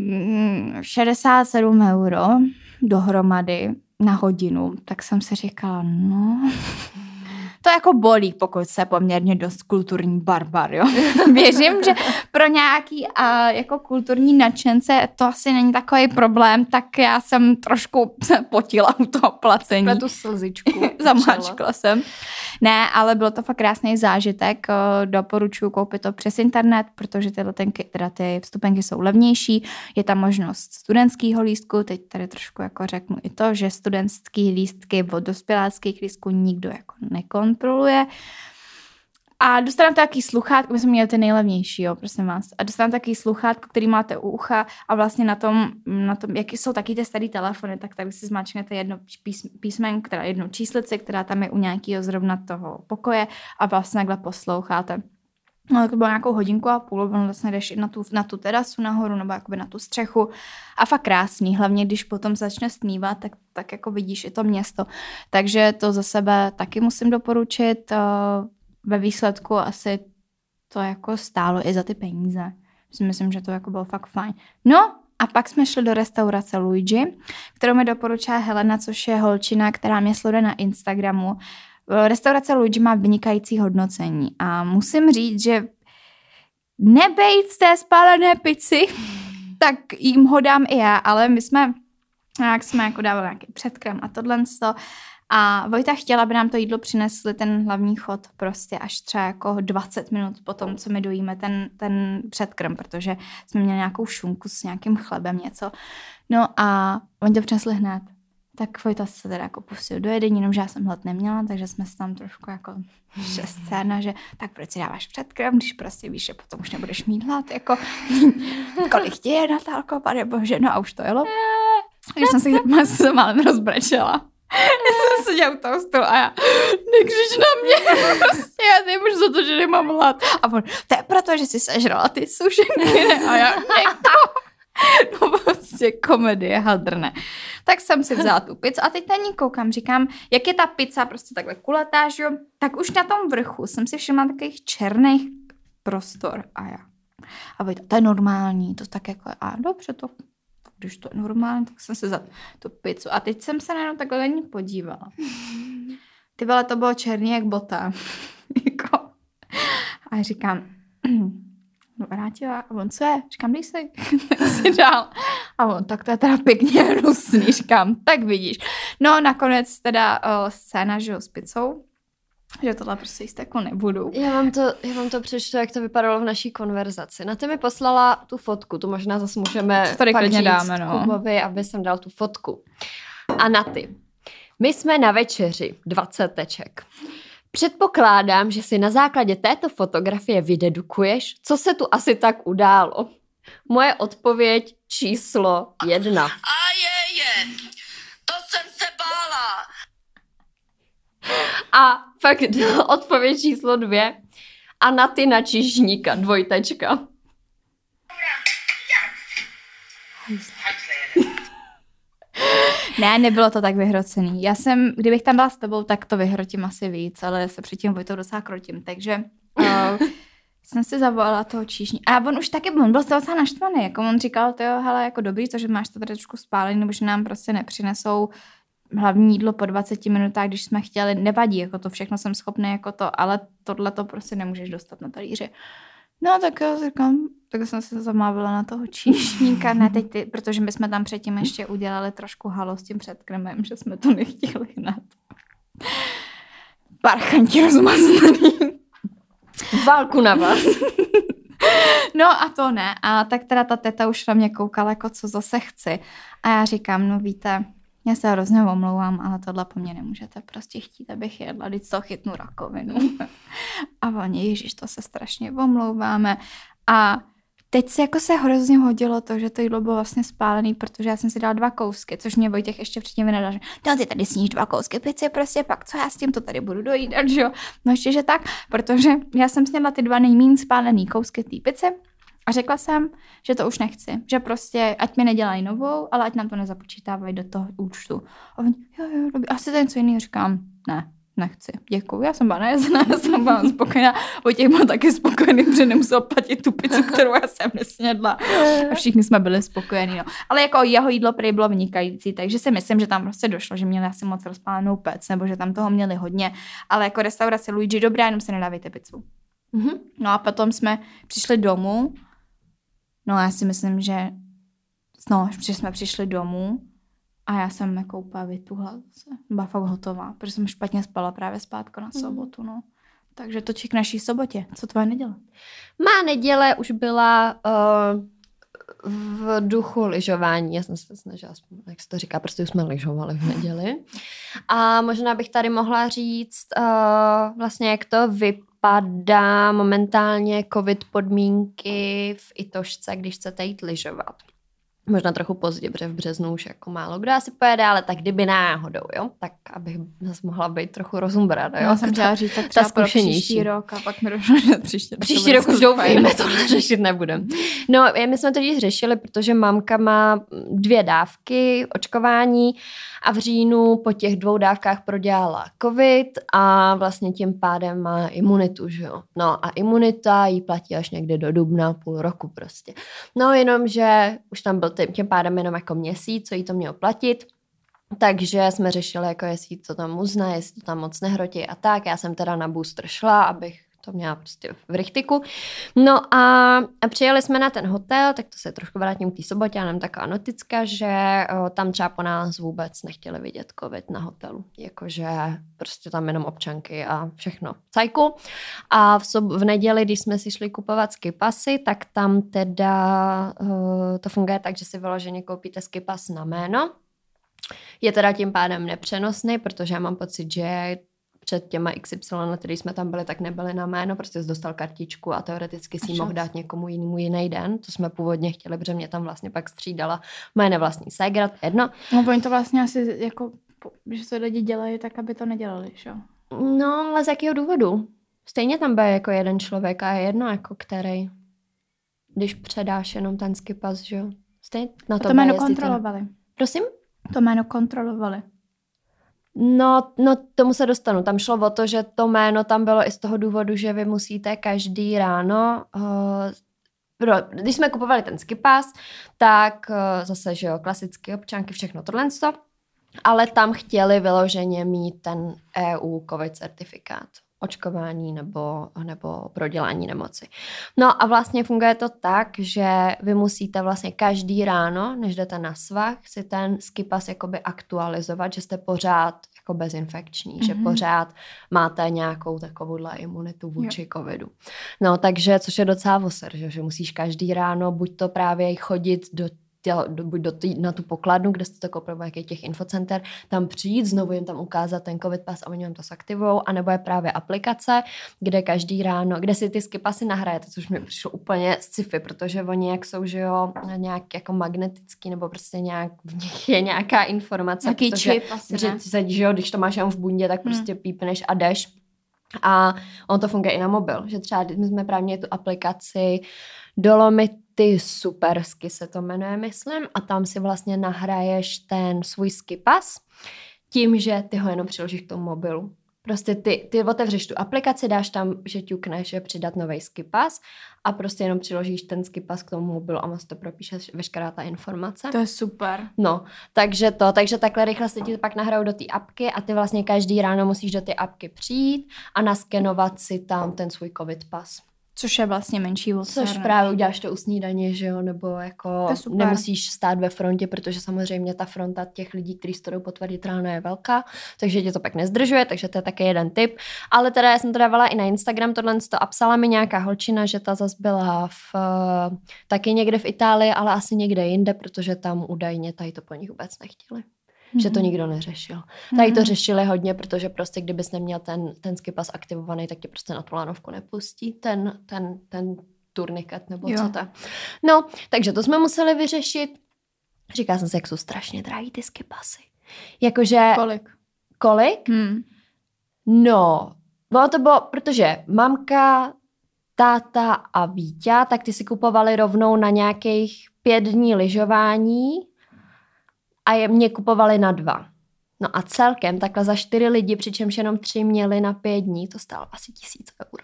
S1: 67 euro dohromady na hodinu, tak jsem si říkala, no, to jako bolí, pokud se poměrně dost kulturní barbar, jo. Věřím, že pro nějaký jako kulturní nadšence to asi není takový problém, tak já jsem trošku potila u toho placení.
S2: Pro tu slzičku.
S1: Zamáčkla jsem. Ne, ale bylo to fakt krásný zážitek. Doporučuji koupit to přes internet, protože ty vstupenky jsou levnější. Je tam možnost studentského lístku. Teď tady trošku jako řeknu i to, že studentský lístky od dospěláckých lístků nikdo jako nekontroluje. A dostanete takový sluchátko, my jsme měli ty nejlevnější, jo, prosím vás. A dostanete takový sluchátko, který máte u ucha, a vlastně na tom jaký jsou taky ty starý telefony, tak tady si zmáčknete jedno písmenko, teda jednu číslici, která tam je u nějakého zrovna toho pokoje, a vlastně takhle posloucháte. No, to bylo nějakou hodinku a půl, vlastně jdeš na tu terasu nahoru, nebo jakoby na tu střechu, a fakt krásný, hlavně když potom začne stmívat, tak jako vidíš i to město. Takže to za sebe taky musím doporučit. Ve výsledku asi to jako stálo i za ty peníze. Myslím, že to jako bylo fakt fajn. No a pak jsme šli do restaurace Luigi, kterou mi doporučila Helena, což je holčina, která mě sleduje na Instagramu. Restaurace Luigi má vynikající hodnocení a musím říct, že nebejt z té spálené pici, tak jim ho dám i já, ale my jsme jako dávali nějaký předkrem a tohle. A Vojta chtěla, aby nám to jídlo přinesli ten hlavní chod prostě až třeba jako 20 minut po tom, co my dojíme ten předkrm, protože jsme měli nějakou šunku s nějakým chlebem, něco. No a oni to přinesli hned. Tak Vojta se teda jako pustil do jedení, jenomže já jsem hlad neměla, takže jsme se tam trošku jako scéna, že tak proč si dáváš předkrm, když prostě víš, že potom už nebudeš mít hlad, jako kolik ti je, Natálko, panebože, no a už to jelo. Když jsem se málem rozbrečela. Já jsem seděla u toho stolu a já, nekřič na mě, prostě já nemůžu za to, že nemám hlad. A on, to je proto, že jsi sežrala ty sušenky, ne? A já, no prostě komedie hadrné. Tak jsem si vzala tu pizzu a teď na ní koukám, říkám, jak je ta pizza prostě takhle kulatá, že jo? Tak už na tom vrchu jsem si všimla takových černých prostor a já. A Vojta, to je normální, to tak jako, a dobře, to když to je normální, tak jsem si za tu pizzu. A teď jsem se najednou takhle na ní podívala. Ty vole, to bylo černý jak bota. A říkám, vrátila. A on, co je? Říkám, dej si. Tak si dál. A on, tak to je teda pěkně hnusný. Říkám, tak vidíš. No, nakonec teda scéna, že jo, s pizzou. Že tohle prostě jíst jako nebudu.
S2: Já vám to přečtu, jak to vypadalo v naší konverzaci. Na ty mi poslala tu fotku, tu možná zase můžeme pak říct dáme, no. Kubovi, aby jsem dal tu fotku. A na ty. My jsme na večeři, 20 teček. Předpokládám, že si na základě této fotografie vydedukuješ, co se tu asi tak událo. Moje odpověď číslo 1.
S3: A je, to jsem se bála.
S2: A fakt odpověď číslo 2. A na ty na čižníka, 2.
S1: Ne, nebylo to tak vyhrocený. Já jsem, kdybych tam byla s tebou, tak to vyhrotím asi víc, ale se předtím Vojtou docela krotím, takže jsem si zavolala toho číšníka. A on už taky, on byl docela naštvaný, jako on říkal, to jo, hele, jako dobrý, to, že máš to tady trošku spálený, nebo že nám prostě nepřinesou hlavní jídlo po 20 minutách, když jsme chtěli, nevadí, jako to všechno jsem schopný, jako to, ale tohle to prostě nemůžeš dostat na talíři. No tak já říkám, tak jsem se zamávila na toho číšníka, ne teď ty, protože my jsme tam předtím ještě udělali trošku halo s tím předkrmem, že jsme to nechtěli hnát. Parchanti rozmazaný.
S2: Válku na vás.
S1: No a to ne. A tak teda ta teta už na mě koukala, jako co zase chci. A já říkám, no víte, já se hrozně omlouvám, ale tohle po mně nemůžete prostě chtít, abych jedla, když to chytnu rakovinu. A oni, ježiš, to se strašně omlouváme. A teď se hrozně hodilo to, že to jídlo bylo vlastně spálený, protože já jsem si dala 2 kousky, což mě Vojtěch ještě předtím vynadal, že no ty tady sníš 2 kousky pici, prostě pak co já s tím to tady budu dojídat, že jo. No ještě, že tak, protože já jsem snědla ty 2 nejméně spálený kousky té pici a řekla jsem, že to už nechci, že prostě ať mi nedělají novou, ale ať nám to nezapočítávají do toho účtu. A oni, jo, dobrý, asi to je něco jiného, říkám, ne. Nechci, děkuju, já jsem byla najezená, já jsem byla spokojená, Vojtěch byl taky spokojený, protože nemusel platit tu pizzu, kterou já jsem nesnědla a všichni jsme byli spokojení, no. Ale jako jeho jídlo prý bylo vynikající, takže si myslím, že tam prostě došlo, že měli asi moc rozpálenou pec, nebo že tam toho měli hodně, ale jako restaurace Luigi dobrá, jenom se nedávejte pizzu. Mm-hmm. No a potom jsme přišli domů, no já si myslím, že jsme přišli domů, a já jsem jako úplně vytuhla zase. Byla fakt hotová, protože jsem špatně spala právě zpátky na sobotu, no. Takže točí k naší sobotě. Co tvoje neděle?
S2: Má neděle už byla v duchu lyžování. Já jsem se snažila, jak se to říká, prostě už jsme lyžovali v neděli. A možná bych tady mohla říct vlastně, jak to vypadá momentálně covid podmínky v Itošce, když chcete jít lyžovat. Možná trochu pozdě, protože v březnu už jako málo kdo asi pojede, ale tak kdyby náhodou, jo, tak abych zase mohla být trochu rozumbrada, jo.
S1: Já jsem chtěla říct, tak třeba pro příští rok a pak mi došlo, že
S2: příští rok už doufejme, tohle řešit nebudem. No, my jsme to již řešili, protože mamka má 2 dávky očkování a v říjnu po těch 2 dávkách prodělala covid a vlastně tím pádem má imunitu, že jo. No a imunita jí platí až někde do dubna, půl roku prostě. No jenom, že už tam byl tím pádem jenom jako měsíc, co jí to mělo platit. Takže jsme řešili, jako jestli to tam uzná, jestli to tam moc nehrotí a tak. Já jsem teda na booster šla, abych to měla prostě v rychtiku. No a přijeli jsme na ten hotel, tak to se trošku vrátím k té sobotě, já mám taková noticka, že tam třeba po nás vůbec nechtěli vidět covid na hotelu. Jakože prostě tam jenom občanky a všechno. Cajku. A v neděli, když jsme si šli kupovat skipasy, tak tam teda to funguje tak, že si vyloženě koupíte skipas na jméno. Je teda tím pádem nepřenosný, protože já mám pocit, že před těma XY, na který jsme tam byli, tak nebyli na jméno, prostě jsi dostal kartičku a teoreticky si ji mohl dát někomu jinému jiný den. To jsme původně chtěli, protože mě tam vlastně pak střídala moje nevlastní ségra, jedno.
S1: No oni to vlastně asi jako, že se lidi dělají tak, aby to nedělali, že jo?
S2: No, ale z jakého důvodu? Stejně tam bude jako jeden člověk a je jedno jako který. Když předáš jenom ten skipas, že jo? Stejně na
S1: to jméno kontrolovali.
S2: Prosím?
S1: To jméno kontrolovali.
S2: No, tomu se dostanu. Tam šlo o to, že to jméno tam bylo i z toho důvodu, že vy musíte každý ráno, když jsme kupovali ten skipas, tak zase, že jo, klasické občanky, všechno tohle, ale tam chtěli vyloženě mít ten EU COVID certifikát. Očkování nebo prodělání nemoci. No a vlastně funguje to tak, že vy musíte vlastně každý ráno, než jdete na svah, si ten skipas jakoby aktualizovat, že jste pořád jako bezinfekční, že pořád máte nějakou takovouhle imunitu vůči covidu. No takže, což je docela voser, že musíš každý ráno buď to právě chodit na tu pokladnu, kde jste to koupili nějakých těch infocenter, tam přijít, znovu jim tam ukázat ten covid pas a oni vám to zaktivujou, anebo je právě aplikace, kde každý ráno, kde si ty skipasy nahrajete, což mi přišlo úplně sci-fi, protože oni jak jsou, že jo, nějak jako magnetický, nebo prostě nějak v nich je nějaká informace.
S1: Jaký čip asi,
S2: že jo, když to máš jenom v bundě, tak prostě pípneš a jdeš. A on to funguje i na mobil, že třeba my jsme právě tu aplikaci Dolomity Supersky se to jmenuje, myslím, a tam si vlastně nahraješ ten svůj skipas tím, že ty ho jenom přiložíš k tomu mobilu. Prostě ty otevřeš tu aplikaci, dáš tam, že ťukneš, že přidat nový skipas a prostě jenom přiložíš ten skipas k tomu mobilu a moc to propíšeš veškerá ta informace.
S1: To je super.
S2: No, takže takhle rychle se ti pak nahrajou do té apky a ty vlastně každý ráno musíš do té apky přijít a naskenovat si tam ten svůj covid pas.
S1: Což je vlastně menší voser.
S2: Což právě uděláš to u snídaně, že jo, nebo jako nemusíš stát ve frontě, protože samozřejmě ta fronta těch lidí, kteří si to jdou potvrdit ráno, je velká, takže tě to pak nezdržuje, takže to je taky jeden tip. Ale teda já jsem to dávala i na Instagram tohle a psala mi nějaká holčina, že ta zas byla taky někde v Itálii, ale asi někde jinde, protože tam údajně tady to po nich vůbec nechtěli. Že to nikdo neřešil. Tady to řešili hodně, protože prostě kdybys neměl ten skipas aktivovaný, tak tě prostě na tu lanovku nepustí ten turniket nebo co to. No, takže to jsme museli vyřešit. Říkala jsem si, jak jsou strašně drahý ty skipasy. Jakože... Kolik? No, to bylo, protože mamka, táta a Víťa, tak ty si kupovali rovnou na nějakých 5 dní lyžování a mě kupovali na 2. No a celkem takhle za 4 lidi, přičemž jenom 3 měli na 5 dní, to stálo asi 1000 €.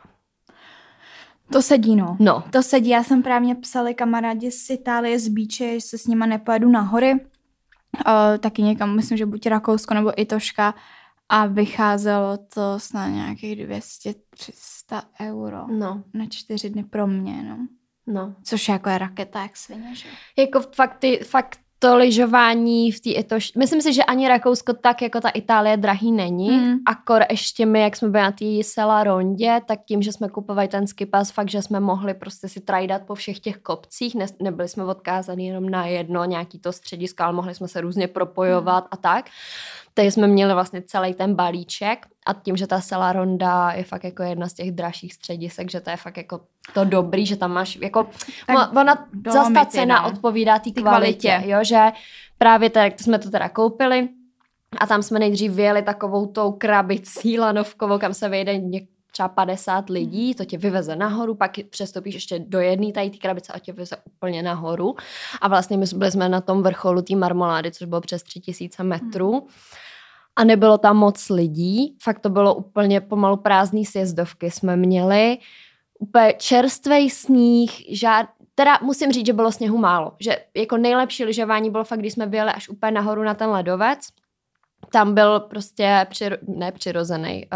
S1: To sedí,
S2: no.
S1: To sedí. Já jsem právě psali kamarádi z Itálie, z Bíče, že se s nima nepojedu na hory. Taky někam, myslím, že buď Rakousko nebo Itoška. A vycházelo to snad nějakých 200-300 €.
S2: No.
S1: Na 4 dny pro mě,
S2: No.
S1: Což jako je raketa, jak svině, že?
S2: Jako fakt to lyžování v té Itoši. Myslím si, že ani Rakousko tak jako ta Itálie drahý není. Akor ještě my, jak jsme byli na té Sella Rondě, tak tím, že jsme kupovali ten skipas, fakt, že jsme mohli prostě si trajdat po všech těch kopcích. Nebyli jsme odkázaní jenom na jedno nějaký to středisko, ale mohli jsme se různě propojovat a tak. Takže jsme měli vlastně celý ten balíček a tím, že ta Sella Ronda je fakt jako jedna z těch dražších středisek, že to je fakt jako to dobrý, že tam máš jako ona zase ta cena odpovídá té kvalitě, jo, že právě tak jsme to teda koupili a tam jsme nejdřív vyjeli takovou tou krabicí lanovkovou, kam se vejde třeba 50 lidí, to tě vyveze nahoru, pak přestoupíš ještě do jedné tady té krabice a tě vyveze úplně nahoru a vlastně my byli jsme na tom vrcholu té marmolády, což bylo přes 3000 metrů. A nebylo tam moc lidí, fakt to bylo úplně pomalu prázdný sjezdovky jsme měli, úplně čerstvej sníh, teda musím říct, že bylo sněhu málo, že jako nejlepší lyžování bylo fakt, když jsme vyjeli až úplně nahoru na ten ledovec, tam byl prostě nepřirozený,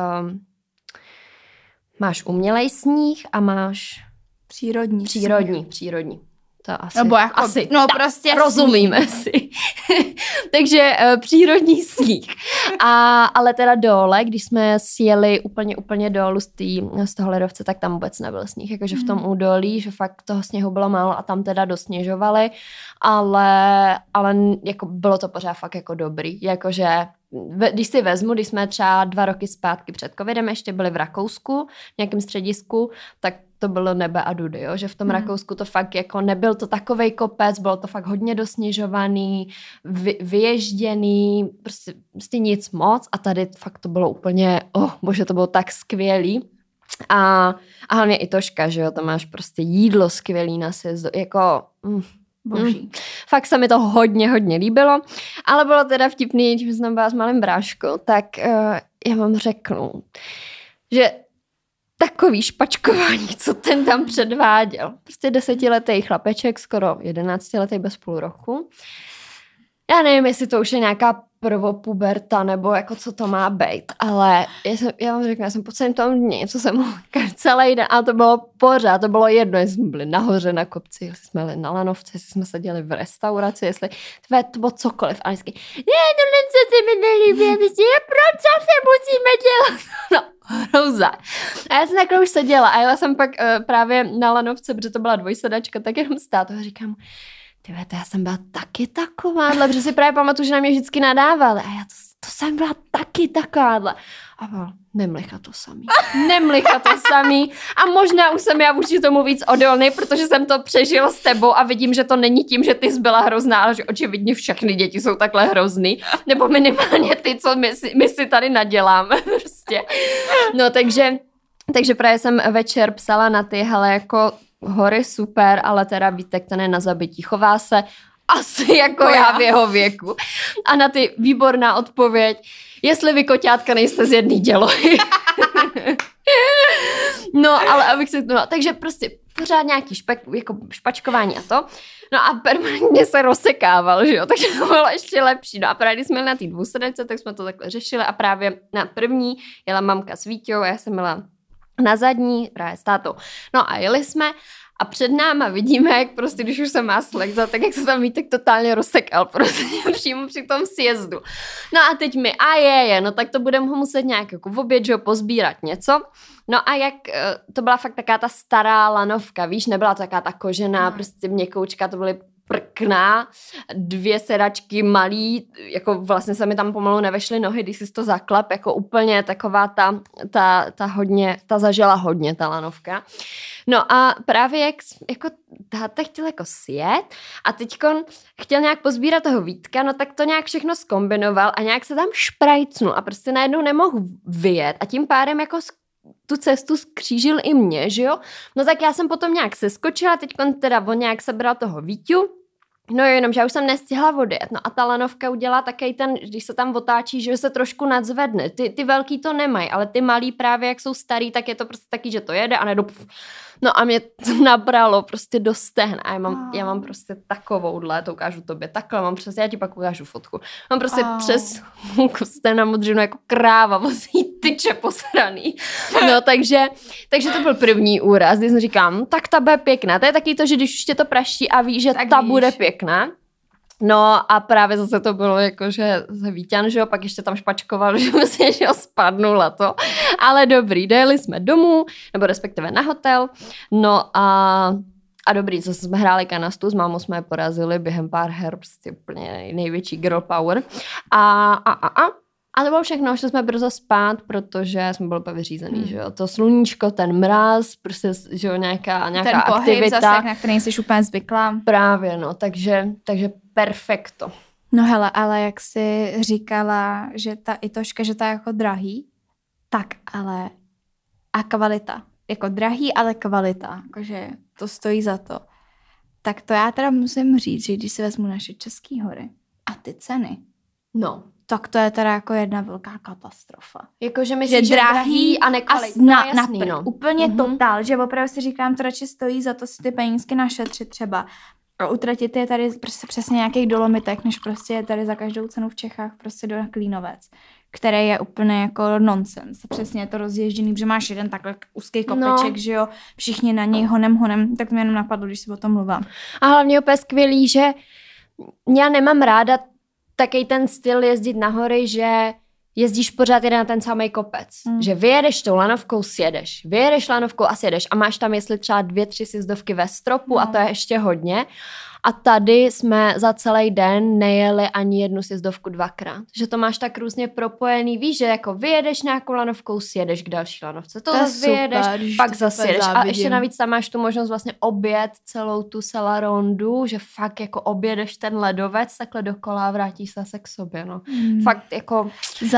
S2: máš umělej sníh a máš
S1: přírodní.
S2: To asi.
S1: Nebo jako,
S2: asi.
S1: no prostě
S2: rozumíme si. Takže přírodní sníh. Ale teda dole, když jsme sjeli úplně dolů z toho ledovce, tak tam vůbec nebyl sníh. Jakože v tom údolí, že fakt toho sněhu bylo málo a tam teda dosněžovali, ale jako bylo to pořád fakt jako dobrý. Jakože když si vezmu, když jsme třeba 2 roky zpátky před covidem ještě byli v Rakousku, v nějakém středisku, tak to bylo nebe a dudy, jo? Že v tom Rakousku to fakt jako nebyl to takovej kopec, bylo to fakt hodně dosněžovaný, vyježděný, prostě nic moc a tady fakt to bylo úplně, bože, to bylo tak skvělý. A hlavně i Toška, že jo, tam máš prostě jídlo skvělý na sjezdu, jako...
S1: Boží.
S2: Fakt se mi to hodně líbilo, ale bylo teda vtipný, když jsem byla s malým bráškou, tak já vám řeknu, že takový špačkování, co ten tam předváděl. Prostě 10letý chlapeček, skoro 11letý bez půl roku. Já nevím, jestli to už je nějaká prvopuberta, nebo jako co to má být, ale já vám řeknu, já jsem po celém tom dní, co jsem celý den, a to bylo pořád, to bylo jedno, jestli jsme byli nahoře na kopci, jestli jsme byli na lanovce, jestli jsme seděli v restauraci, jestli to bylo cokoliv. A vždycky, co se mi nelíbí, proč se musíme dělat? No, hrůza. A já jsem takhle už seděla a jela jsem pak právě na lanovce, protože to byla dvojsedačka, tak jenom stát a říkám, tyhle, to já jsem byla taky takováhle, protože si právě pamatuju, že na mě vždycky nadávali a já to jsem byla taky takováhle. A bylo, nemlicha to samý. A možná už jsem já vůči tomu víc odolný, protože jsem to přežila s tebou a vidím, že to není tím, že ty jsi byla hrozná, ale že očividně všechny děti jsou takhle hrozný. Nebo minimálně ty, co my si tady naděláme. Prostě. No takže právě jsem večer psala na ty, hele, jako hory super, ale teda Vítek ten je na zabití. Chová se asi jako já v jeho věku. A na ty výborná odpověď, jestli vy koťátka nejste z jedný dělohy. No, ale abych se to... Takže prostě pořád nějaký jako špačkování a to. No a permanentně se rozsekával, že jo, takže to bylo ještě lepší. No a právě když jsme jeli na té dvousedačce, tak jsme to takhle řešili a právě na první jela mamka s Víťou a já jsem jela na zadní, právě s tátou. No a jeli jsme a před náma vidíme, jak prostě, když už se má slekzat, tak jak se tam Vítek totálně rozsekal prostě přímo při tom sjezdu. No a teď mi, no tak to budeme ho muset nějak jako v oběd, že ho pozbírat něco. No a jak, to byla fakt taká ta stará lanovka, víš, nebyla to taká ta kožená, prostě měkoučka, to byly prkná, 2 sedačky malý, jako vlastně se mi tam pomalu nevešly nohy, když jsi to zaklep, jako úplně taková ta zažila hodně, ta lanovka. No a právě jak jako táta chtěl jako sjet a teďkon chtěl nějak pozbírat toho Vítka, no tak to nějak všechno zkombinoval a nějak se tam šprajcnul a prostě najednou nemohl vyjet a tím pádem jako tu cestu skřížil i mě, že jo? No tak já jsem potom nějak seskočila, teďkon teda on nějak sebral toho Víťu, no jenom, že já už jsem nestihla odjet. No a ta lanovka udělá taky ten, když se tam otáčí, že se trošku nadzvedne. Ty velký to nemají, ale ty malý právě, jak jsou starý, tak je to prostě taky, že to jede a nedo... No a mě to nabralo prostě do stehna. A já mám prostě takovouhle, to ukážu tobě, takhle mám přes, já ti pak ukážu fotku. Mám prostě přes stehna modřinu jako kráva, vlastně tyče posraný. No takže to byl první úraz, když jsem říkám, tak ta bude pěkná. To je taky to, že když už tě to praští a víš, že tak ta bude pěkná. No a právě zase to bylo jako, že se Víťan, že jo, pak ještě tam špačkoval, že myslím, že ho spadnula to. Ale dobrý, dojeli jsme domů, nebo respektive na hotel, no a dobrý, zase jsme hráli kanastu, s mámou jsme je porazili během pár her, prostě úplně největší girl power. A to bylo všechno, šli jsme brzo spát, protože jsme byli úplně vyřízený, že jo. To sluníčko, ten mráz, prostě, že jo, nějaká
S1: ten pohyb
S2: aktivita.
S1: Zase, na který jsi úplně zvyklá.
S2: Právě, no, takže perfekto.
S1: No hele, ale jak jsi říkala, že ta Itoška, že ta je jako drahý, tak ale a kvalita. Jako drahý, ale kvalita. Jakože to stojí za to. Tak to já teda musím říct, že když si vezmu naše České hory a ty ceny,
S2: no,
S1: tak to je teda jako jedna velká katastrofa.
S2: Jakože myslíš, že drahý a nekvalitní.
S1: No. Úplně totál, že opravdu si říkám, to radši stojí za to si ty penízky našetřit třeba a utratit je tady prostě přesně nějakých dolomitek, než prostě je tady za každou cenu v Čechách prostě do Klínovec. který je úplně jako nonsens. Přesně je to rozježděný, že máš jeden takhle úzký kopeček, že jo, všichni na něj honem, tak to mě jenom napadlo, když si o tom mluvám.
S2: A hlavně úplně skvělý, že já nemám ráda takový ten styl jezdit na hory, že jezdíš pořád jeden na ten samý kopec. Že vyjedeš tou lanovkou, sjedeš. Vyjedeš lanovkou a sjedeš. A máš tam jestli třeba 2-3 sjezdovky ve stropu a to je ještě hodně. A tady jsme za celý den nejeli ani jednu sjezdovku 2krát. Že to máš tak různě propojený. Víš, že jako vyjedeš nějakou lanovkou, sjedeš k další lanovce. To zase vyjedeš, pak zase jedeš. A ještě navíc tam máš tu možnost vlastně objet celou tu Selarondu, že fakt jako objedeš ten ledovec takhle dokola a vrátíš se zase k sobě. No. Fakt jako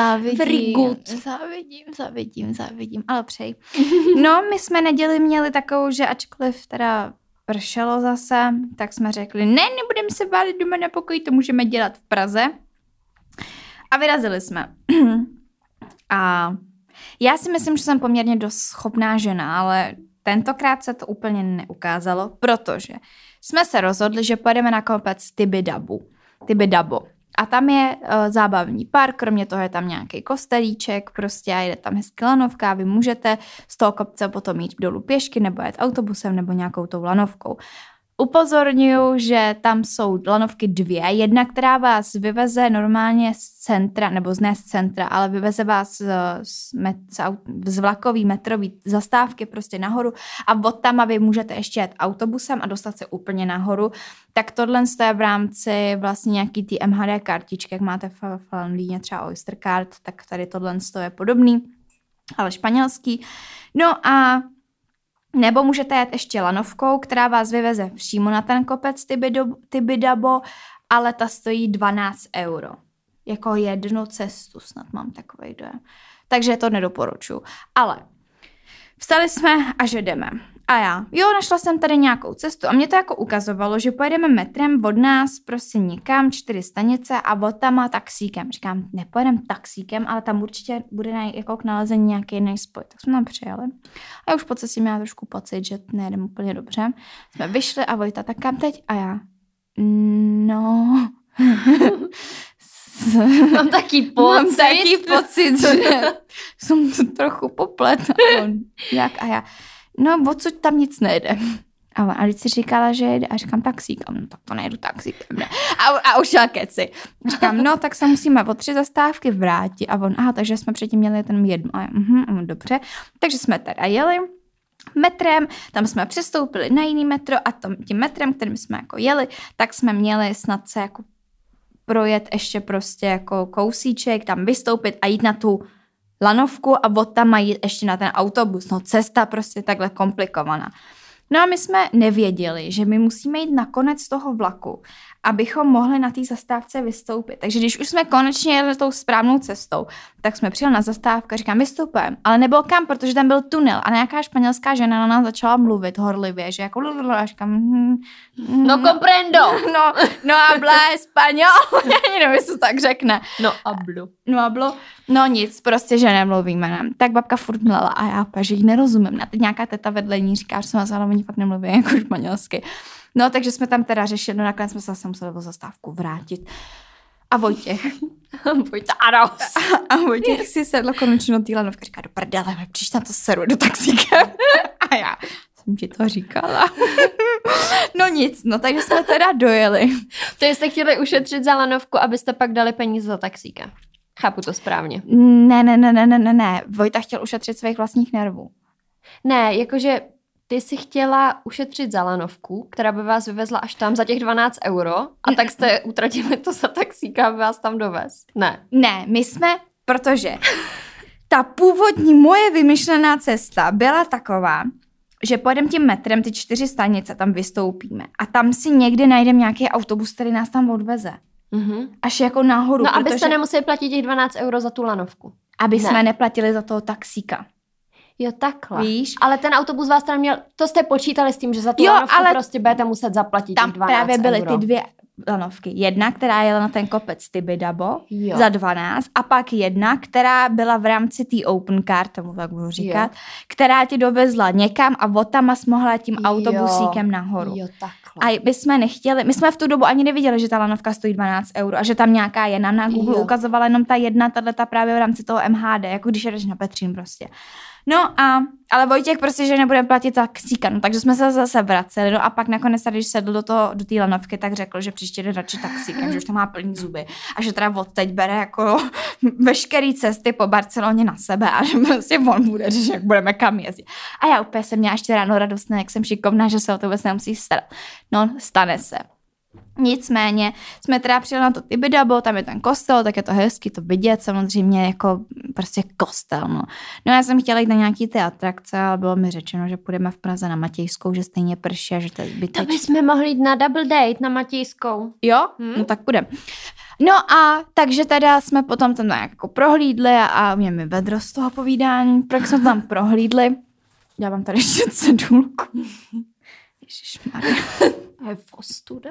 S1: závidím, ale přeji. No, my jsme neděli měli takovou, že ačkoliv teda pršelo zase, tak jsme řekli, nebudeme se bálit doma na pokoji, to můžeme dělat v Praze. A vyrazili jsme. A já si myslím, že jsem poměrně dost schopná žena, ale tentokrát se to úplně neukázalo, protože jsme se rozhodli, že pojedeme na kopec Tibidabo. A tam je zábavní park, kromě toho je tam nějaký kostelíček prostě a jde tam hezky lanovka a vy můžete z toho kopce potom jít dolů pěšky nebo jet autobusem nebo nějakou tou lanovkou. Upozorňuji, že tam jsou lanovky 2. Jedna, která vás vyveze normálně z centra, nebo ne z centra, ale vyveze vás z vlakový metrový zastávky prostě nahoru a od tam a vy můžete ještě jet autobusem a dostat se úplně nahoru. Tak tohle je v rámci vlastně nějaký ty MHD kartičky, jak máte v Londýně třeba Oyster Card, tak tady tohle je podobný, ale španělský. No a nebo můžete jet ještě lanovkou, která vás vyveze přímo na ten kopec Tibidabo, ale ta stojí 12 €. Jako jednu cestu, snad mám takovej dojem. Takže to nedoporučuji. Ale vstali jsme a že jdeme. A já, našla jsem tady nějakou cestu a mě to jako ukazovalo, že pojedeme metrem od nás prostě někam 4 stanice a od tam a taxíkem. Říkám, nepojedeme taxíkem, ale tam určitě bude jako k nalezení nějaký jiný spoj. Tak jsme tam přijeli. A já už po cestě měla trošku pocit, že nejedeme úplně dobře. Jsme vyšli a Vojta, tak kam teď? A já, no...
S2: Mám taký
S1: pocit, že jsem to trochu popletla. Jak a já... No, odsud tam nic nejde. A když si říkala, že jde, a říkám taxíkem, no tak to nejdu taxíkem, ne. A už šel keci. Říkám, no tak se musíme o 3 zastávky vrátit. A on, takže jsme předtím měli ten jednu. A já, dobře. Takže jsme teda jeli metrem, tam jsme přestoupili na jiný metro a tím metrem, kterým jsme jako jeli, tak jsme měli snad se jako projet ještě prostě jako kousíček, tam vystoupit a jít na tu lanovku a od tam mají ještě na ten autobus. No cesta prostě takhle komplikovaná. No a my jsme nevěděli, že my musíme jít na konec toho vlaku, abychom mohli na té zastávce vystoupit. Takže když už jsme konečně jeli tou správnou cestou, tak jsme přijeli na zastávku a říkám, vystoupujeme. Ale nebyl kam, protože tam byl tunel a nějaká španělská žena na nás začala mluvit horlivě, že jako a říkám,
S2: no comprendo.
S1: No habla español. Nevím, jestli to tak řekne.
S2: No hablo.
S1: No nic, prostě, že nemluvíme. Tak babka furt mlela a já opět, že jí nerozumím. A teď nějaká teta vedle ní říká, že jsem vás ale oni fakt nemluví jako španělsky. No, takže jsme tam teda řešili, no nakonec jsme se zase museli o zastávku vrátit. A Vojtěch. A Vojtěch si sedl konečně do té lanovky, říká, do prdele, příště na to seru, do taxíkem. A já jsem ti to říkala. No nic, no takže jsme teda dojeli.
S2: To jste chtěli ušetřit za lanovku, abyste pak dali peníze za taxíka. Chápu to správně.
S1: Ne. Vojta chtěl ušetřit svých vlastních nervů.
S2: Ne, jakože ty si chtěla ušetřit za lanovku, která by vás vyvezla až tam za těch 12 € a tak jste utratili to za taxíka, aby vás tam dovez.
S1: Ne, my jsme, protože ta původní moje vymyšlená cesta byla taková, že pojedeme tím metrem, ty 4 stanice, tam vystoupíme a tam si někdy najdeme nějaký autobus, který nás tam odveze. Až jako nahoru.
S2: No, abyste nemuseli platit těch 12 € za tu lanovku.
S1: Aby jsme neplatili za toho taxíka.
S2: Jo, takhle.
S1: Víš?
S2: Ale ten autobus vás tam měl, to jste počítali s tím, že za tu lanovku prostě budete muset zaplatit
S1: tam
S2: těch 12
S1: právě byly
S2: €
S1: ty 2 lanovky. Jedna, která jela na ten kopec Tibidabo za 12 a pak jedna, která byla v rámci té open car, tomu tak budu říkat, která ti dovezla někam a od tam mohla tím autobusíkem nahoru.
S2: Jo, takhle.
S1: A my jsme nechtěli, my jsme v tu dobu ani neviděli, že ta lanovka stojí 12 € a že tam nějaká je. Nám na Google ukazovala jenom ta jedna, tato právě v rámci toho MHD, jako když jedeš na Petřín prostě. No ale Vojtěch prostě, že nebudeme platit taxíka, no takže jsme se zase vraceli, no a pak nakonec, když sedl do té lanovky, tak řekl, že příště jde radši taxíkem, že už to má plný zuby a že teda odteď bere jako veškerý cesty po Barceloně na sebe a že prostě on bude, že jak budeme kam jezdit. A já úplně jsem měla ještě ráno radostné, jak jsem šikovná, že se o to vůbec nemusí starat. No, stane se. Nicméně jsme teda přijeli na to Tibidabo, tam je ten kostel, tak je to hezky to vidět, samozřejmě jako prostě kostel, no. No já jsem chtěla jít na nějaký ty atrakce, ale bylo mi řečeno, že půjdeme v Praze na Matějskou, že stejně prší a že to je zbytečné.
S2: To bychom mohli jít na double date na Matějskou.
S1: Jo? No tak půjdeme. No a takže teda jsme potom tam jako prohlídli a mě mi vedro z toho povídání, pak jsme tam prohlídli. Já mám tady ještě cedulku. Ježišmarja.
S2: Je fostuda.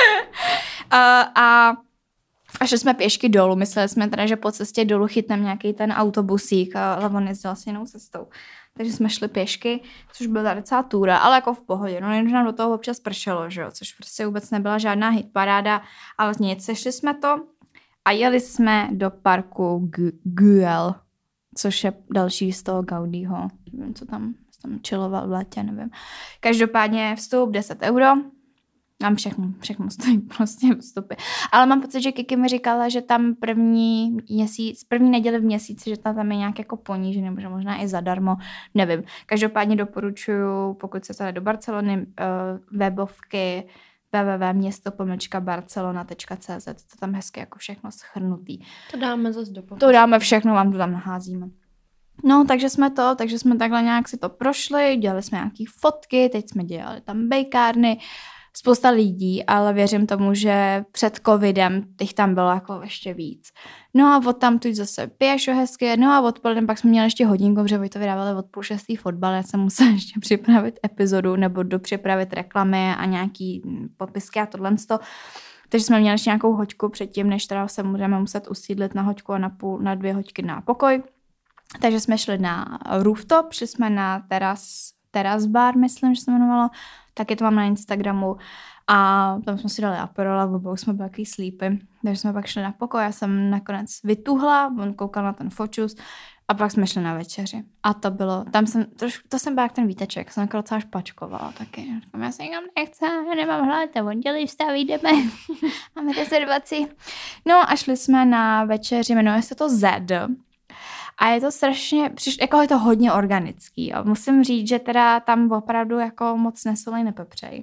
S1: A šli jsme pěšky dolů. Mysleli jsme teda, že po cestě dolů chytneme nějaký ten autobusík, ale on jezdil asi jinou cestou. Takže jsme šli pěšky, což byla docela túra, ale jako v pohodě. No jenom nám do toho občas pršelo, že jo, což prostě vůbec nebyla žádná hitparáda, ale nic, sešli jsme to a jeli jsme do parku Güell, což je další z toho Gaudího. Nevím, co tam chilloval v létě, nevím. Každopádně vstup 10 €. Mám všechno stojí prostě vstupy. Ale mám pocit, že Kiki mi říkala, že tam první neděli v měsíci, že tam je nějak jako ponížený, nebo možná i zadarmo, nevím. Každopádně doporučuju, pokud se tady do Barcelony, webovky www.město-barcelona.cz. To tam hezky jako všechno shrnutý.
S2: To dáme zase do popisku.
S1: To dáme všechno, vám to tam naházíme. No, takže jsme takhle nějak si to prošli, dělali jsme nějaký fotky, teď jsme dělali tam bejkárny, spousta lidí, ale věřím tomu, že před covidem těch tam bylo jako ještě víc. No a od tam tu zase pěšo hezky, no a odpoledne pak jsme měli ještě hodinku, protože Vojto vydávali od 5:30 fotbal, já jsem musela ještě připravit epizodu nebo dopřipravit reklamy a nějaký popisky a tohle. Takže jsme měli ještě nějakou hoďku předtím, než teda se budeme muset usídlit na hoďku a na 2 hoďky na pokoj. Takže jsme šli na rooftop, šli jsme na teras bar, myslím, že se jmenovalo, taky to mám na Instagramu a tam jsme si dali aperol a v obou jsme byli takový sleepy, takže jsme pak šli na pokoj, já jsem nakonec vytuhla, on koukal na ten fočus a pak jsme šli na večeři a to bylo, to jsem byla jak ten výteček, jsem jako docela špačkovala taky, já se nikam nechce, já nemám hlad, a on dělí, vstaví, jdeme, máme rezervaci. No a šli jsme na večeři, jmenuje se to Zed. A je to strašně, jako je to hodně organický. A musím říct, že teda tam opravdu jako moc nesolej nepepřej.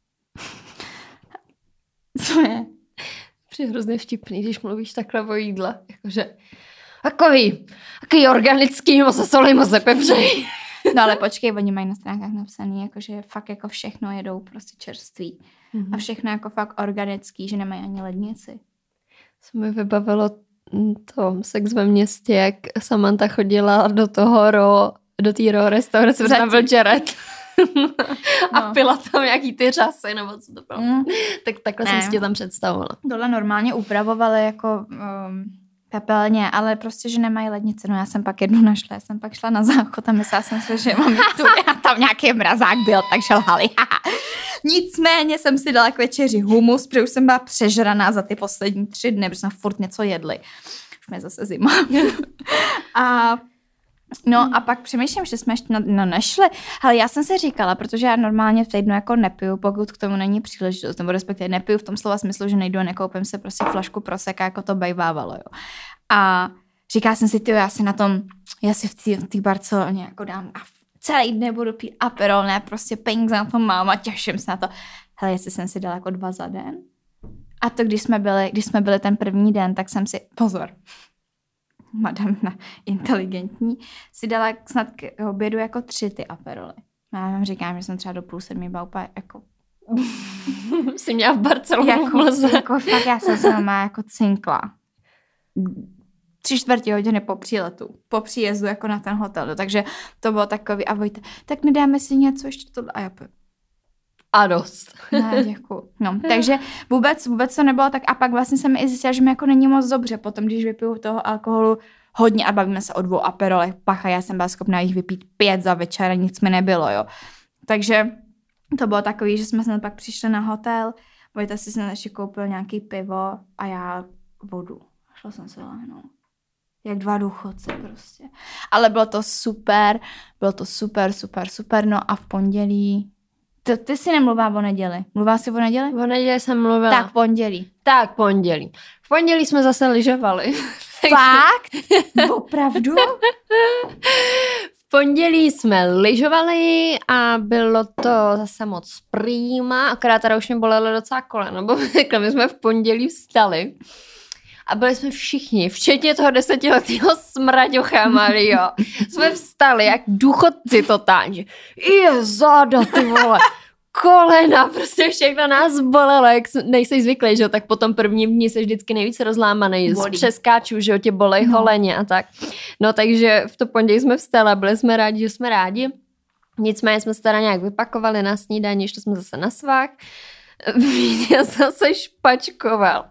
S1: Co je?
S2: Přijde hrozně vtipný, když mluvíš takhle o jídle. Jakože takový organický, moc nesolej, moc nepepřej.
S1: No ale počkej, oni mají na stránkách napsaný, jakože fakt jako všechno jedou prostě čerství. A všechno jako fakt organický, že nemají ani lednici.
S2: Se mi vybavilo to Sex ve městě, jak Samantha chodila do té restaurace, protože tam byl Jared. A pila tam nějaký ty řasy, nebo co to bylo. Tak takhle jsem si tě tam představovala.
S1: Tohle normálně upravovali jako pepelně, ale prostě, že nemají lednice. No já jsem pak jednu našla, já jsem pak šla na záchod a myslela jsem si, že mám tu a tam nějaký mrazák byl, takže lhali. Nicméně jsem si dala k večeři humus, protože už jsem byla přežraná za ty poslední 3 dny, protože jsme furt něco jedli. Už mě zase zima. No a pak přemýšlím, že jsme ještě nešli. Ale já jsem si říkala, protože já normálně v týdnu jako nepiju, pokud k tomu není příležitost, nebo respektive nepiju v tom slova smyslu, že nejdu a nekoupím si prostě flašku proseka, jako to bejvávalo, jo. A říkala jsem si, já si v té Barceloně jako dám a celý den budu pít aperol, ne, prostě peníze na to mám a těším se na to. Hele, jestli jsem si dala jako 2 za den. A to, když jsme byli ten první den, tak jsem si, pozor, madamna inteligentní, si dala snad k obědu jako 3 ty aperoly. Já vám říkám, že jsem třeba do 6:30 byla úplně jako...
S2: Jsi měla v Barceloně v mlze.
S1: Jako fakt já jsem se doma jako cinkla. 3/4 hodiny po příletu, po příjezdu jako na ten hotel. Takže to bylo takový, a Vojta, tak nedáme si něco ještě tohle. A já
S2: A dost.
S1: Ne, děkuju. No, takže vůbec to nebylo tak a pak vlastně jsem i zjistila, že mi jako není moc dobře potom, když vypiju toho alkoholu hodně a bavíme se o 2 aperolech, pacha, já jsem byla schopná jich vypít 5 za večer a nic mi nebylo, jo. Takže to bylo takový, že jsme snad pak přišli na hotel, Vojta si snad ještě koupil nějaký pivo a já vodu. Šla jsem se lehnout. Jak 2 důchodce prostě. Ale bylo to super, no a v pondělí... Ty si nemluvá o neděli. Mluvá si o neděli?
S2: O neděli jsem mluvila.
S1: Tak pondělí.
S2: V pondělí jsme zase lyžovali.
S1: Fakt? Opravdu?
S2: V pondělí jsme lyžovali a bylo to zase moc prýma, akorát teda už mě bolelo docela koleno, bo my jsme v pondělí vstali a byli jsme všichni, včetně toho 10letého smraďocha Mario. Jsme vstali jak důchodci totálně. Je záda, ty vole. Kolena, prostě všechno nás bolelo, jak nejsi zvyklý, že jo, tak potom první dní se vždycky nejvíc rozlámaný, přeskáčů, že jo, tě bolej holeně a tak. No takže v to pondělí jsme vstali a byli jsme rádi, že jsme rádi. Nicméně jsme se teda nějak vypakovali na snídani, šli jsme zase na svák. Já zase špačkoval.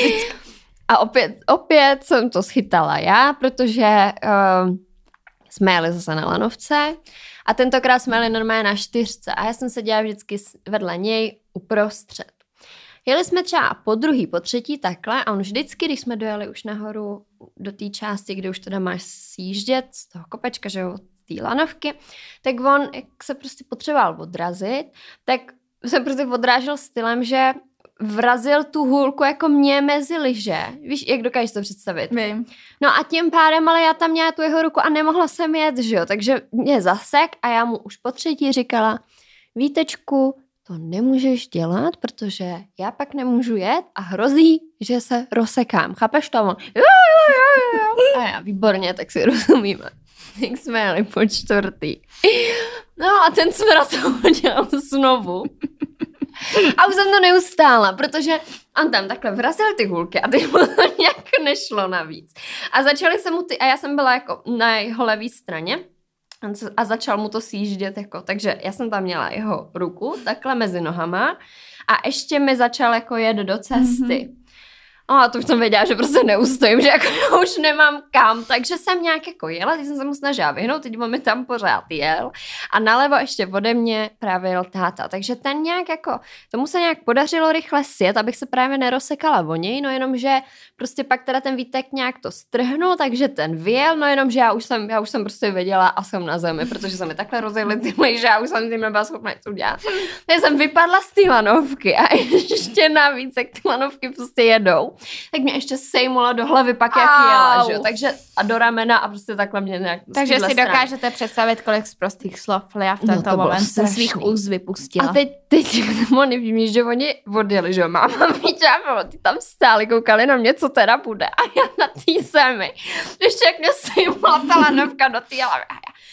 S2: A opět jsem to schytala já, protože jsme jeli zase na lanovce a tentokrát jsme jeli normálně na 4 a já jsem seděla vždycky vedle něj uprostřed. Jeli jsme třeba po druhý, po třetí takhle a on vždycky, když jsme dojeli už nahoru do té části, kde už teda máš sjíždět z toho kopečka, že jo, z té lanovky, tak on, jak se prostě potřeboval odrazit, tak se prostě odrážel stylem, že vrazil tu hůlku jako mě mezi lyže. Víš, jak dokážeš to představit?
S1: Vím.
S2: No a tím pádem, ale já tam měla tu jeho ruku a nemohla jsem jet, že jo? Takže mě zasek a já mu už po třetí říkala, Vítečku, to nemůžeš dělat, protože já pak nemůžu jet a hrozí, že se rozsekám. Chápeš to? On, jo. A já, výborně, tak si rozumíme. Jak jsme jeli po 4. No a ten smrad to udělal znovu. A už jsem to neustála, protože on tam takhle vrazil ty hůlky a teď mu to nějak nešlo navíc. A začaly se mu a já jsem byla jako na jeho levé straně a začal mu to sjíždět jako, takže já jsem tam měla jeho ruku takhle mezi nohama a ještě mi začal jako jet do cesty. A to už jsem věděla, že prostě neustojím, že jako já už nemám kam, takže jsem nějak jako jela, teď jsem se mu snažila vyhnout, teď on mi tam pořád jel a nalevo ještě ode mě právě jel táta, takže ten nějak jako, tomu se nějak podařilo rychle sjet, abych se právě nerosekala o něj, no jenom, že prostě pak teda ten Vítek nějak to strhnul, takže ten vyjel, no jenom, že já už jsem prostě věděla a jsem na zemi, protože se mi takhle rozjeli ty že já už jsem tím nebyla schopna něco udělat. Já jsem vypadla z té lanovky a ještě navíc, jak ty lanovky prostě jedou, tak mě ještě sejmula do hlavy pak, jak jela, že jo, takže a do ramena a prostě takhle mě nějak
S1: takže si dokážete představit, kolik z prostých slov Lea v tento moment ze svých úst vypustila.
S2: A teď oni vím, že oni odjeli, že jo, máma Víťa, ty tam stáli, koukali na mě, co teda bude a já na té zemi. Ještě jak mě sejmula ta lanovka do té hlavy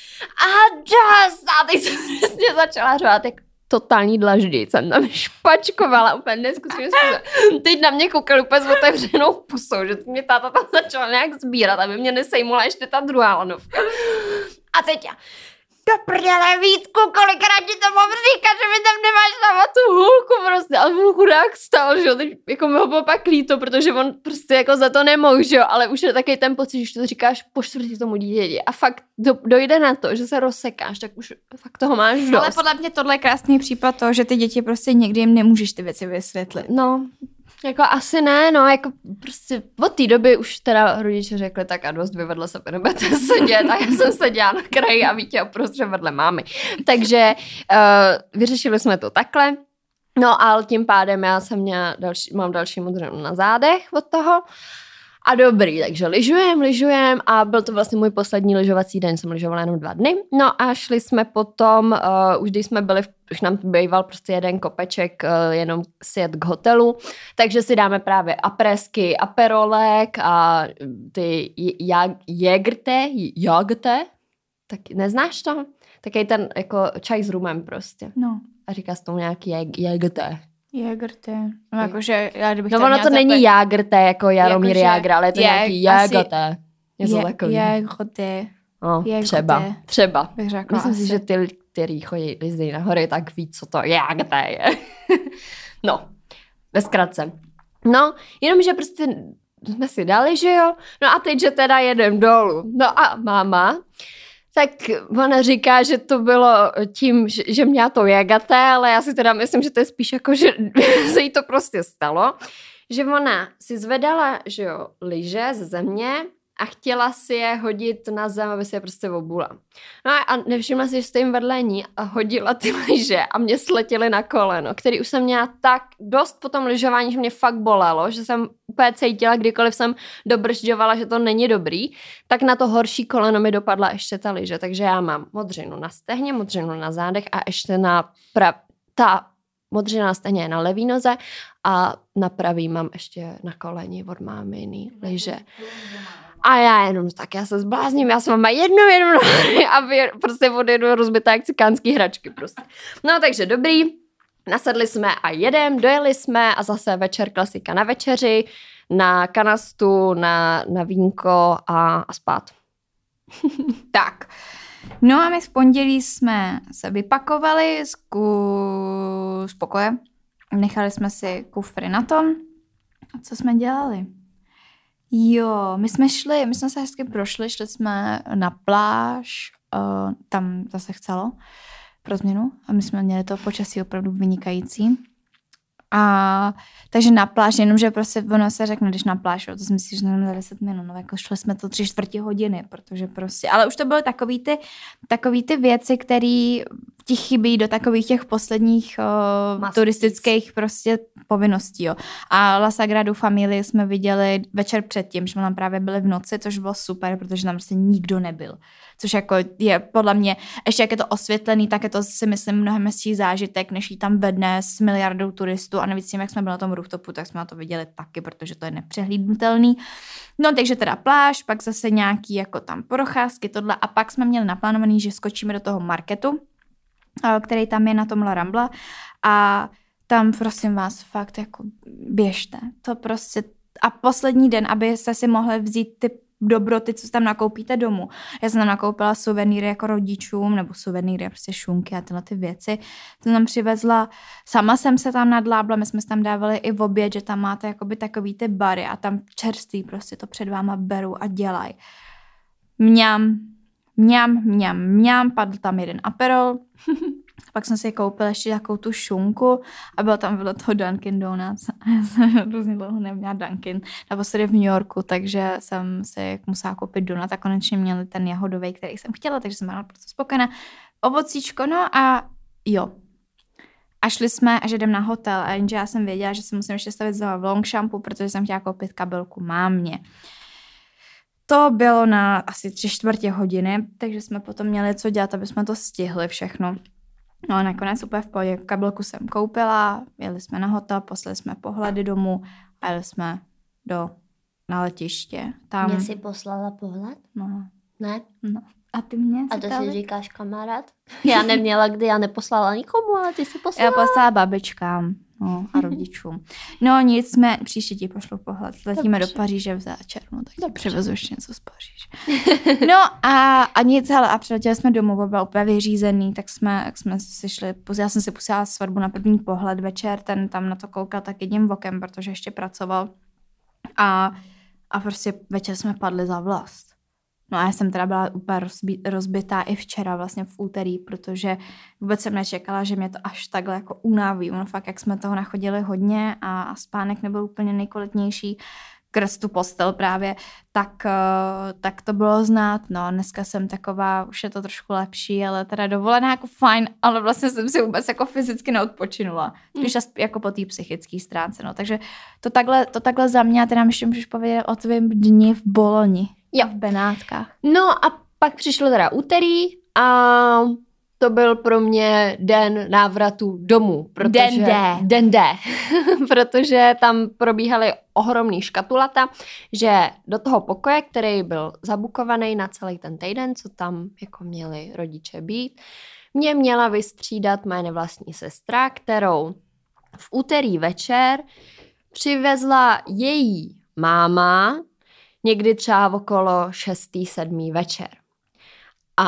S2: a teď jsem přesně začala řovat, jak totální dlaždic. Jsem tam špačkovala úplně neskutečným způsobem. Teď na mě koukal úplně s otevřenou pusou, že mě táta tam začala nějak sbírat, aby mě nesejmula ještě ta druhá lanovka. A teď já, do prdele Vítku, kolikrát ti to mám říkat, že mi tam nemáš dávat tu hůlku prostě. A hůlku chudák stal, že jo, teď jako mi ho bylo pak líto, protože on prostě jako za to nemohl, že jo, ale už je taky ten pocit, že to říkáš po čtvrtě tomu dítěti a fakt dojde na to, že se rozsekáš, tak už fakt toho máš dost.
S1: Ale podle mě tohle je krásný případ toho, že ty děti prostě někdy jim nemůžeš ty věci vysvětlit.
S2: No, jako asi ne, no, jako prostě od té doby už teda rodiče řekli, tak a dost, vy vedle sebe nebudete sedět a já jsem seděla na kraji a Vítě uprostřed vedle mámy. Takže vyřešili jsme to takhle, no ale tím pádem já jsem mám další modřinu na zádech od toho. A dobrý, takže lyžujem a byl to vlastně můj poslední lyžovací den, jsem lyžovala jenom 2 dny. No a šli jsme potom, už když jsme byli, už nám býval prostě jeden kopeček jenom sjet k hotelu, takže si dáme právě apresky, aperolek a ty jagte, tak neznáš to? Taky ten jako čaj s rumem prostě.
S1: No.
S2: A říká se tomu nějaký jagte.
S1: Jägerte. No jakože, já kdybych
S2: no ono to není Jágrte, jako Jaromír Jágr, ale je to nějaký Jägate. Něco takový.
S1: Jägerte.
S2: No, třeba.
S1: Bych řekla
S2: myslím si, že ty který chodí jezdí na hory, tak ví, co to jagata je. No, ve zkratce. No, jenomže prostě jsme si dali, že jo? No a teď, že teda jedem dolů. No a máma, tak ona říká, že to bylo tím, že měla to jagaté, ale já si teda myslím, že to je spíš jako, že se jí to prostě stalo. Že ona si zvedala, že jo, lyže ze země a chtěla si je hodit na zem, aby se je prostě obula. No a nevšimla si, že stojím vedle ní a hodila ty lyže a mě sletěly na koleno, který už jsem měla tak dost po tom lyžování, že mě fakt bolelo, že jsem úplně cítila, kdykoliv jsem dobržďovala, že to není dobrý, tak na to horší koleno mi dopadla ještě ta lyže, takže já mám modřinu na stehně, modřinu na zádech a ještě ta modřina na stehně je na levý noze a na pravý mám ještě na koleni od máminy lyže. A já jenom tak, já se zblázním, já jsem mám jednu a prostě odjedu rozbitá jak cikánský hračky prostě. No takže dobrý, nasedli jsme a dojeli jsme a zase večer klasika na večeři, na kanastu, na vínko a spát.
S1: Tak, no a my v pondělí jsme se vypakovali z pokoje, nechali jsme si kufry na tom. A co jsme dělali? Jo, my jsme se hezky prošli, šli jsme na pláž, tam zase chcelo pro změnu a my jsme měli to počasí opravdu vynikající. A takže na pláž, jenomže prostě ono se řekne, když na pláž, to si myslíš, že za 10 minut, no jako šli jsme to 3/4 hodiny, protože prostě, ale už to byly takový ty věci, které ti chybí do takových těch posledních turistických prostě povinností, jo. A La Sagrada Familia jsme viděli večer předtím, že jsme tam právě byli v noci, což bylo super, protože tam prostě nikdo nebyl. Což jako je podle mě, ještě jak je to osvětlený, tak je to si myslím mnohem hezčí zážitek, než jít tam ve dne s miliardou turistů a navíc tím, jak jsme byli na tom rooftopu, tak jsme na to viděli taky, protože to je nepřehlídnutelný. No takže teda pláž, pak zase nějaký jako tam procházky, tohle a pak jsme měli naplánovaný, že skočíme do toho marketu, který tam je na tom La Rambla a tam prosím vás fakt jako běžte. To prostě a poslední den, abyste si mohli vzít ty dobroty, co tam nakoupíte domů. Já jsem tam nakoupila suvenýry jako rodičům, nebo suvenýry, prostě šunky a tyhle ty věci. Jsem tam přivezla, sama jsem se tam nadlábla, my jsme se tam dávali i v oběd, že tam máte jakoby takový ty bary a tam čerství prostě to před váma berou a dělají. Mňam, padl tam jeden Aperol, pak jsem si koupila ještě takovou tu šunku a byl tam vedle toho Dunkin Donuts. Já jsem hrozně dlouho neměla Dunkin. Naposledy v New Yorku, takže jsem si musela koupit donut a konečně měli ten jahodový, který jsem chtěla, takže jsem byla prostě spokojená. Ovocíčko, no a jo. A šli jsme, až jdem na hotel a jenže já jsem věděla, že se musím ještě stavit znovu v Longchampu, protože jsem chtěla koupit kabelku mámě. To bylo na asi 3/4 hodiny, takže jsme potom měli co dělat, aby jsme to stihli všechno. No a nakonec úplně v pohodě. Kabelku jsem koupila, jeli jsme na hotel, poslali jsme pohledy domů a jeli jsme na letiště. Tam...
S4: Mě jsi poslala pohled?
S1: No.
S4: Ne?
S1: No. A ty mě?
S4: A to si říkáš kamarád? Já neměla, kdy já neposlala nikomu, ale ty si poslala.
S1: Já poslala babičkám a rodičům. No nic, příště ti pošlu pohled. Letíme do Paříže v červnu, tak ti přivezu ještě něco z Paříže. No a nic, hele, a přiletěli jsme domů, byla úplně vyřízený, tak jsme si šli, já jsem si pustila svatbu na první pohled večer, ten tam na to koukal tak jedním bokem, protože ještě pracoval. A prostě večer jsme padli za vlast. No a já jsem teda byla úplně rozbitá i včera, vlastně v úterý, protože vůbec jsem nečekala, že mě to až takhle jako unaví. Ono fakt, jak jsme toho nachodili hodně a spánek nebyl úplně nejkvalitnější, skrz tu postel právě, tak to bylo znát. No, dneska jsem taková, už je to trošku lepší, ale teda dovolená jako fajn, ale vlastně jsem si vůbec jako fyzicky neodpočinula. Spíš jako po té psychické stránce, no. Takže to takhle za mě, a teda ještě můžeš povědět o tvém dni v Boloni.
S2: Jo.
S1: V Benátkách.
S2: No a pak přišlo teda úterý a to byl pro mě den návratu domů. Den D. Protože tam probíhaly ohromný škatulata, že do toho pokoje, který byl zabukovaný na celý ten týden, co tam jako měli rodiče být, mě měla vystřídat moje nevlastní sestra, kterou v úterý večer přivezla její máma někdy třeba okolo 6. 7. večer. A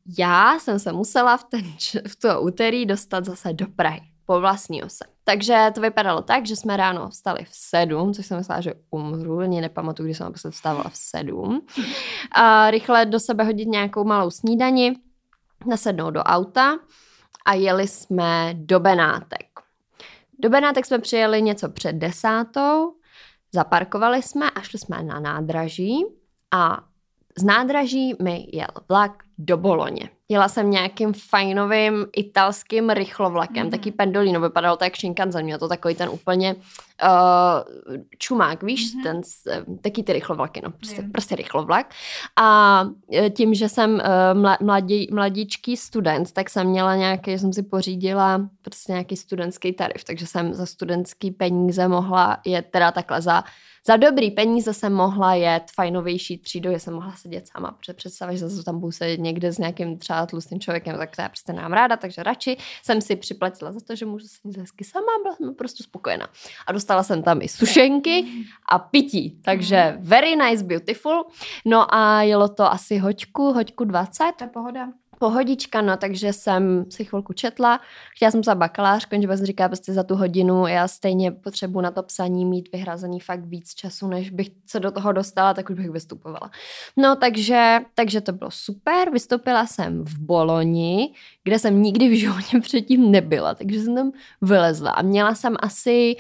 S2: já jsem se musela v to úterý dostat zase do Prahy po vlastní ose. Takže to vypadalo tak, že jsme ráno vstali v 7, což jsem myslela, že umřu, ani nepamatuju, když jsem naposled vstávala v 7. A rychle do sebe hodit nějakou malou snídani, nasednout do auta a jeli jsme do Benátek. Do Benátek jsme přijeli něco před 10, zaparkovali jsme a šli jsme na nádraží a z nádraží mi jel vlak do Boloně. Jela jsem nějakým fajnovým italským rychlovlakem, taky pendolino, vypadalo to jak Shinkansen, měl to takový ten úplně čumák, víš, ten, taky ty rychlovlaky, no, prostě rychlovlak. A tím, že jsem mladíčký student, tak jsem měla nějaký, jsem si pořídila prostě nějaký studentský tarif, takže jsem za studentský peníze mohla jet teda takhle za dobrý peníze jsem mohla jet fajnovější třídu, že jsem mohla sedět sama, protože představíš, že zase tam budu sedět někde s nějakým třeba tlustým člověkem, tak to já prostě nemám ráda, takže radši jsem si připlatila za to, že můžu sedět hezky sama, byla jsem prostě spokojená. A dostala jsem tam i sušenky a pití, takže very nice, beautiful. No a jelo to asi hoďku 20.
S1: To je pohoda.
S2: Pohodička, no, takže jsem si chvilku četla. Chtěla jsem za bakalářku, že jsem říkala prostě za tu hodinu, já stejně potřebuji na to psaní mít vyhrazený fakt víc času, než bych se do toho dostala, tak už bych vystupovala. No, takže to bylo super. Vystoupila jsem v Boloni, kde jsem nikdy v životě předtím nebyla, takže jsem tam vylezla a měla jsem asi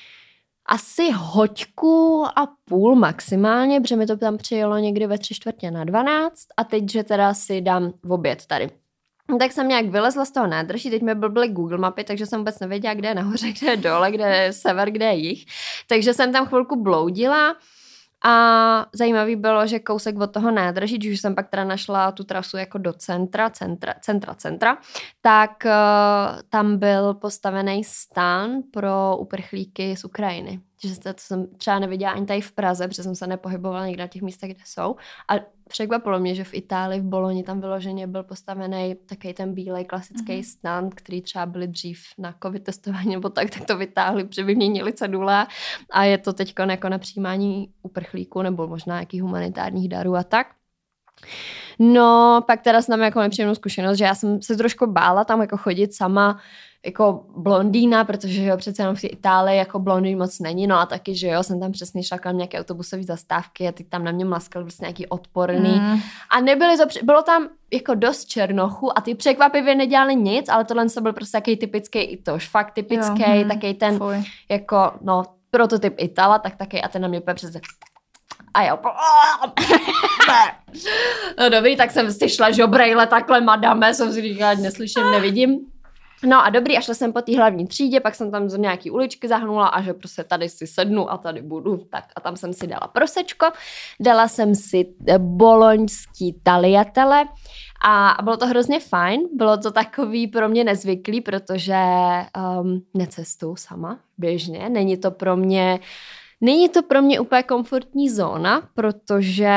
S2: hoďku a půl maximálně, protože mi to tam přijelo někdy ve 11:45 a teď, že teda si dám v oběd tady. No, tak jsem nějak vylezla z toho nádraží, teď mi blbly Google mapy, takže jsem vůbec nevěděla, kde je nahoře, kde je dole, kde je sever, kde je jih. Takže jsem tam chvilku bloudila a zajímavý bylo, že kousek od toho nádraží, když jsem pak teda našla tu trasu jako do centra, tak tam byl postavený stán pro uprchlíky z Ukrajiny. Že to jsem třeba neviděla ani tady v Praze, protože jsem se nepohybovala někde na těch místech, kde jsou. A překvapilo mě, že v Itálii, v Boloni tam vyloženě byl postavený takový ten bílej klasický stán, který třeba byly dřív na covid testování nebo tak to vytáhli, protože vyměnili cedule a je to teď jako na přijímání uprchlíků nebo možná nějakých humanitárních darů a tak. No, pak teda s námi jako nepříjemnou zkušenost, že já jsem se trošku bála tam jako chodit sama jako blondýna, protože jo, přece jenom v Itálii jako blondýn moc není, no a taky, že jo, jsem tam přesně šla kolem nějaké autobusové zastávky a teď tam na mě mlaskal prostě nějaký odporný a bylo tam jako dost černochů a ty překvapivě nedělali nic, ale tohle byl prostě takový typický Itoš, fakt typický, takový ten jako, no, prototyp Itala, tak taky a ten na mě úplně přece a já no dobrý, tak jsem si šla žobrejle takhle, madame, jsem si říkala, neslyším, nevidím. No a dobrý, a šla jsem po té hlavní třídě, pak jsem tam z nějaký uličky zahnula a že prostě tady si sednu a tady budu. Tak a tam jsem si dala prosečko, dala jsem si boloňský tagliatelle a bylo to hrozně fajn, bylo to takový pro mě nezvyklý, protože necestuju sama běžně, není to pro mě úplně komfortní zóna, protože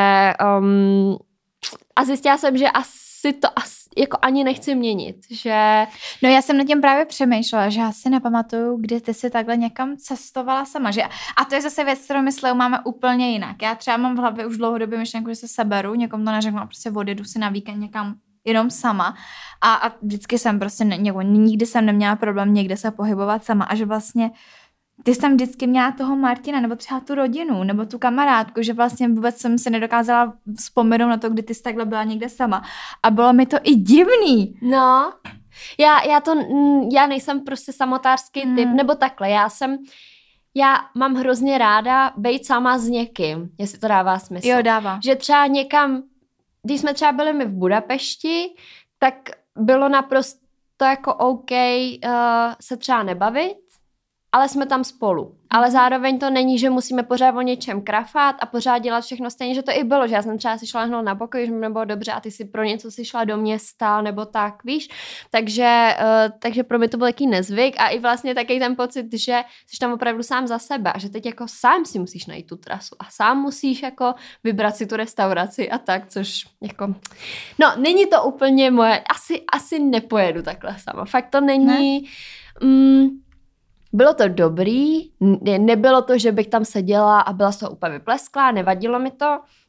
S2: a zjistila jsem, že asi to jako ani nechci měnit, že...
S1: No já jsem nad tím právě přemýšlela, že já si nepamatuju, kdy ty si takhle někam cestovala sama, že... A to je zase věc, kterou mysleu máme úplně jinak. Já třeba mám v hlavě už dlouhodobě myšlenku, že se seberu, někomu to neřeknu, prostě odjedu si na víkend někam jenom sama a vždycky jsem prostě, nikdy jsem neměla problém někde se pohybovat sama a že vlastně ty jsem vždycky měla toho Martina, nebo třeba tu rodinu, nebo tu kamarádku, že vlastně vůbec jsem si nedokázala vzpomenout na to, kdy ty jsi takhle byla někde sama. A bylo mi to i divný.
S2: No, já nejsem prostě samotářský typ, nebo takhle, já mám hrozně ráda být sama s někým, jestli to dává smysl.
S1: Jo, dává.
S2: Že třeba někam, když jsme třeba byli my v Budapešti, tak bylo naprosto jako OK se třeba nebavit, ale jsme tam spolu. Ale zároveň to není, že musíme pořád o něčem krafat a pořád dělat všechno stejně, že to i bylo, že já jsem třeba si šla hnout na pokoj, že mi nebylo dobře a ty si pro něco si šla do města nebo tak, víš. Takže pro mě to byl jaký nezvyk a i vlastně takový ten pocit, že jsi tam opravdu sám za sebe a že teď jako sám si musíš najít tu trasu a sám musíš jako vybrat si tu restauraci a tak, což jako, no není to úplně moje, asi nepojedu takhle sama. Fakt to není... Bylo to dobrý, nebylo to, že bych tam seděla a byla z toho úplně vyplesklá, nevadilo mi to,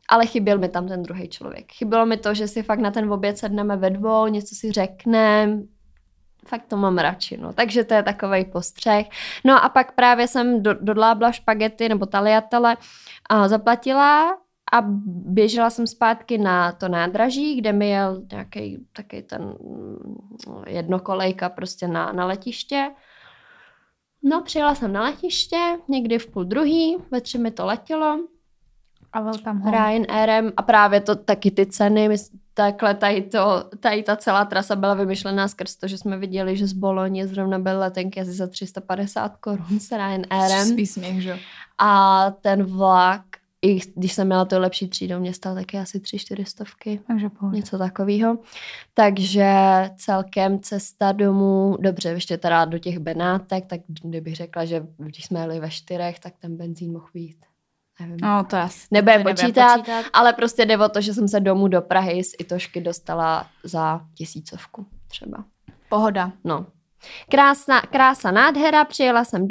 S2: ale chyběl mi tam ten druhý člověk. Chybělo mi to, že si fakt na ten oběd sedneme ve dvou, něco si řekneme, fakt to mám radši, no. Takže to je takovej postřeh. No a pak právě jsem dodlábla špagety nebo tagliatelle a zaplatila a běžela jsem zpátky na to nádraží, kde mi jel nějaký taky ten jednokolejka prostě na letiště. No, přijela jsem na letiště, někdy v 12:30, ve 3 mi to letělo.
S1: A byl tam home.
S2: Ryanairem a právě to taky ty ceny, takhle tady ta celá trasa byla vymyšlená skrz to, že jsme viděli, že z Bologne zrovna byly letenky asi za 350 korun s Ryanairem.
S1: Výsměch, že?
S2: A ten vlak, i když jsem měla to lepší třídou, mě stal taky asi 300-400.
S1: Takže pohodě.
S2: Něco takového. Takže celkem cesta domů, dobře, ještě teda do těch Benátek, tak kdybych řekla, že když jsme jeli ve 4, tak ten benzín mohl být. Nevím.
S1: No, to asi.
S2: Nebudem počítat, ale prostě jde o to, že jsem se domů do Prahy z Itošky dostala za 1000 třeba.
S1: Pohoda.
S2: No. Krása, nádhera, přijela jsem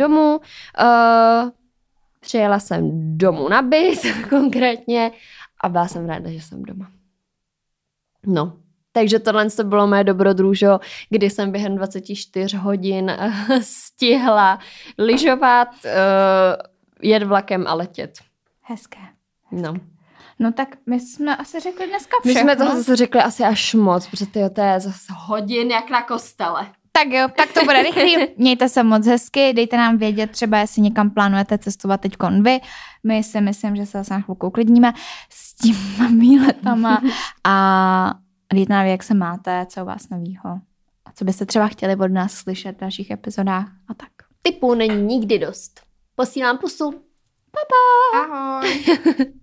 S2: domů na byt konkrétně a byla jsem ráda, že jsem doma. No. Takže tohle to bylo moje dobrodružo, kdy jsem během 24 hodin stihla lyžovat, jet vlakem a letět.
S1: Hezké.
S2: No.
S1: No tak my jsme asi řekli dneska
S2: My
S1: všechno.
S2: jsme to zase řekli asi až moc, protože to je zase hodin jak na kostele.
S1: Tak jo, tak to bude rychlý. Mějte se moc hezky, dejte nám vědět třeba, jestli někam plánujete cestovat teďkon vy. My si myslím, že se zase na chvilku uklidníme s těma výletama a dejte nám, jak se máte, co u vás novýho. A co byste třeba chtěli od nás slyšet v dalších epizodách a tak.
S2: Typů není nikdy dost. Posílám pusu.
S1: Ahoj.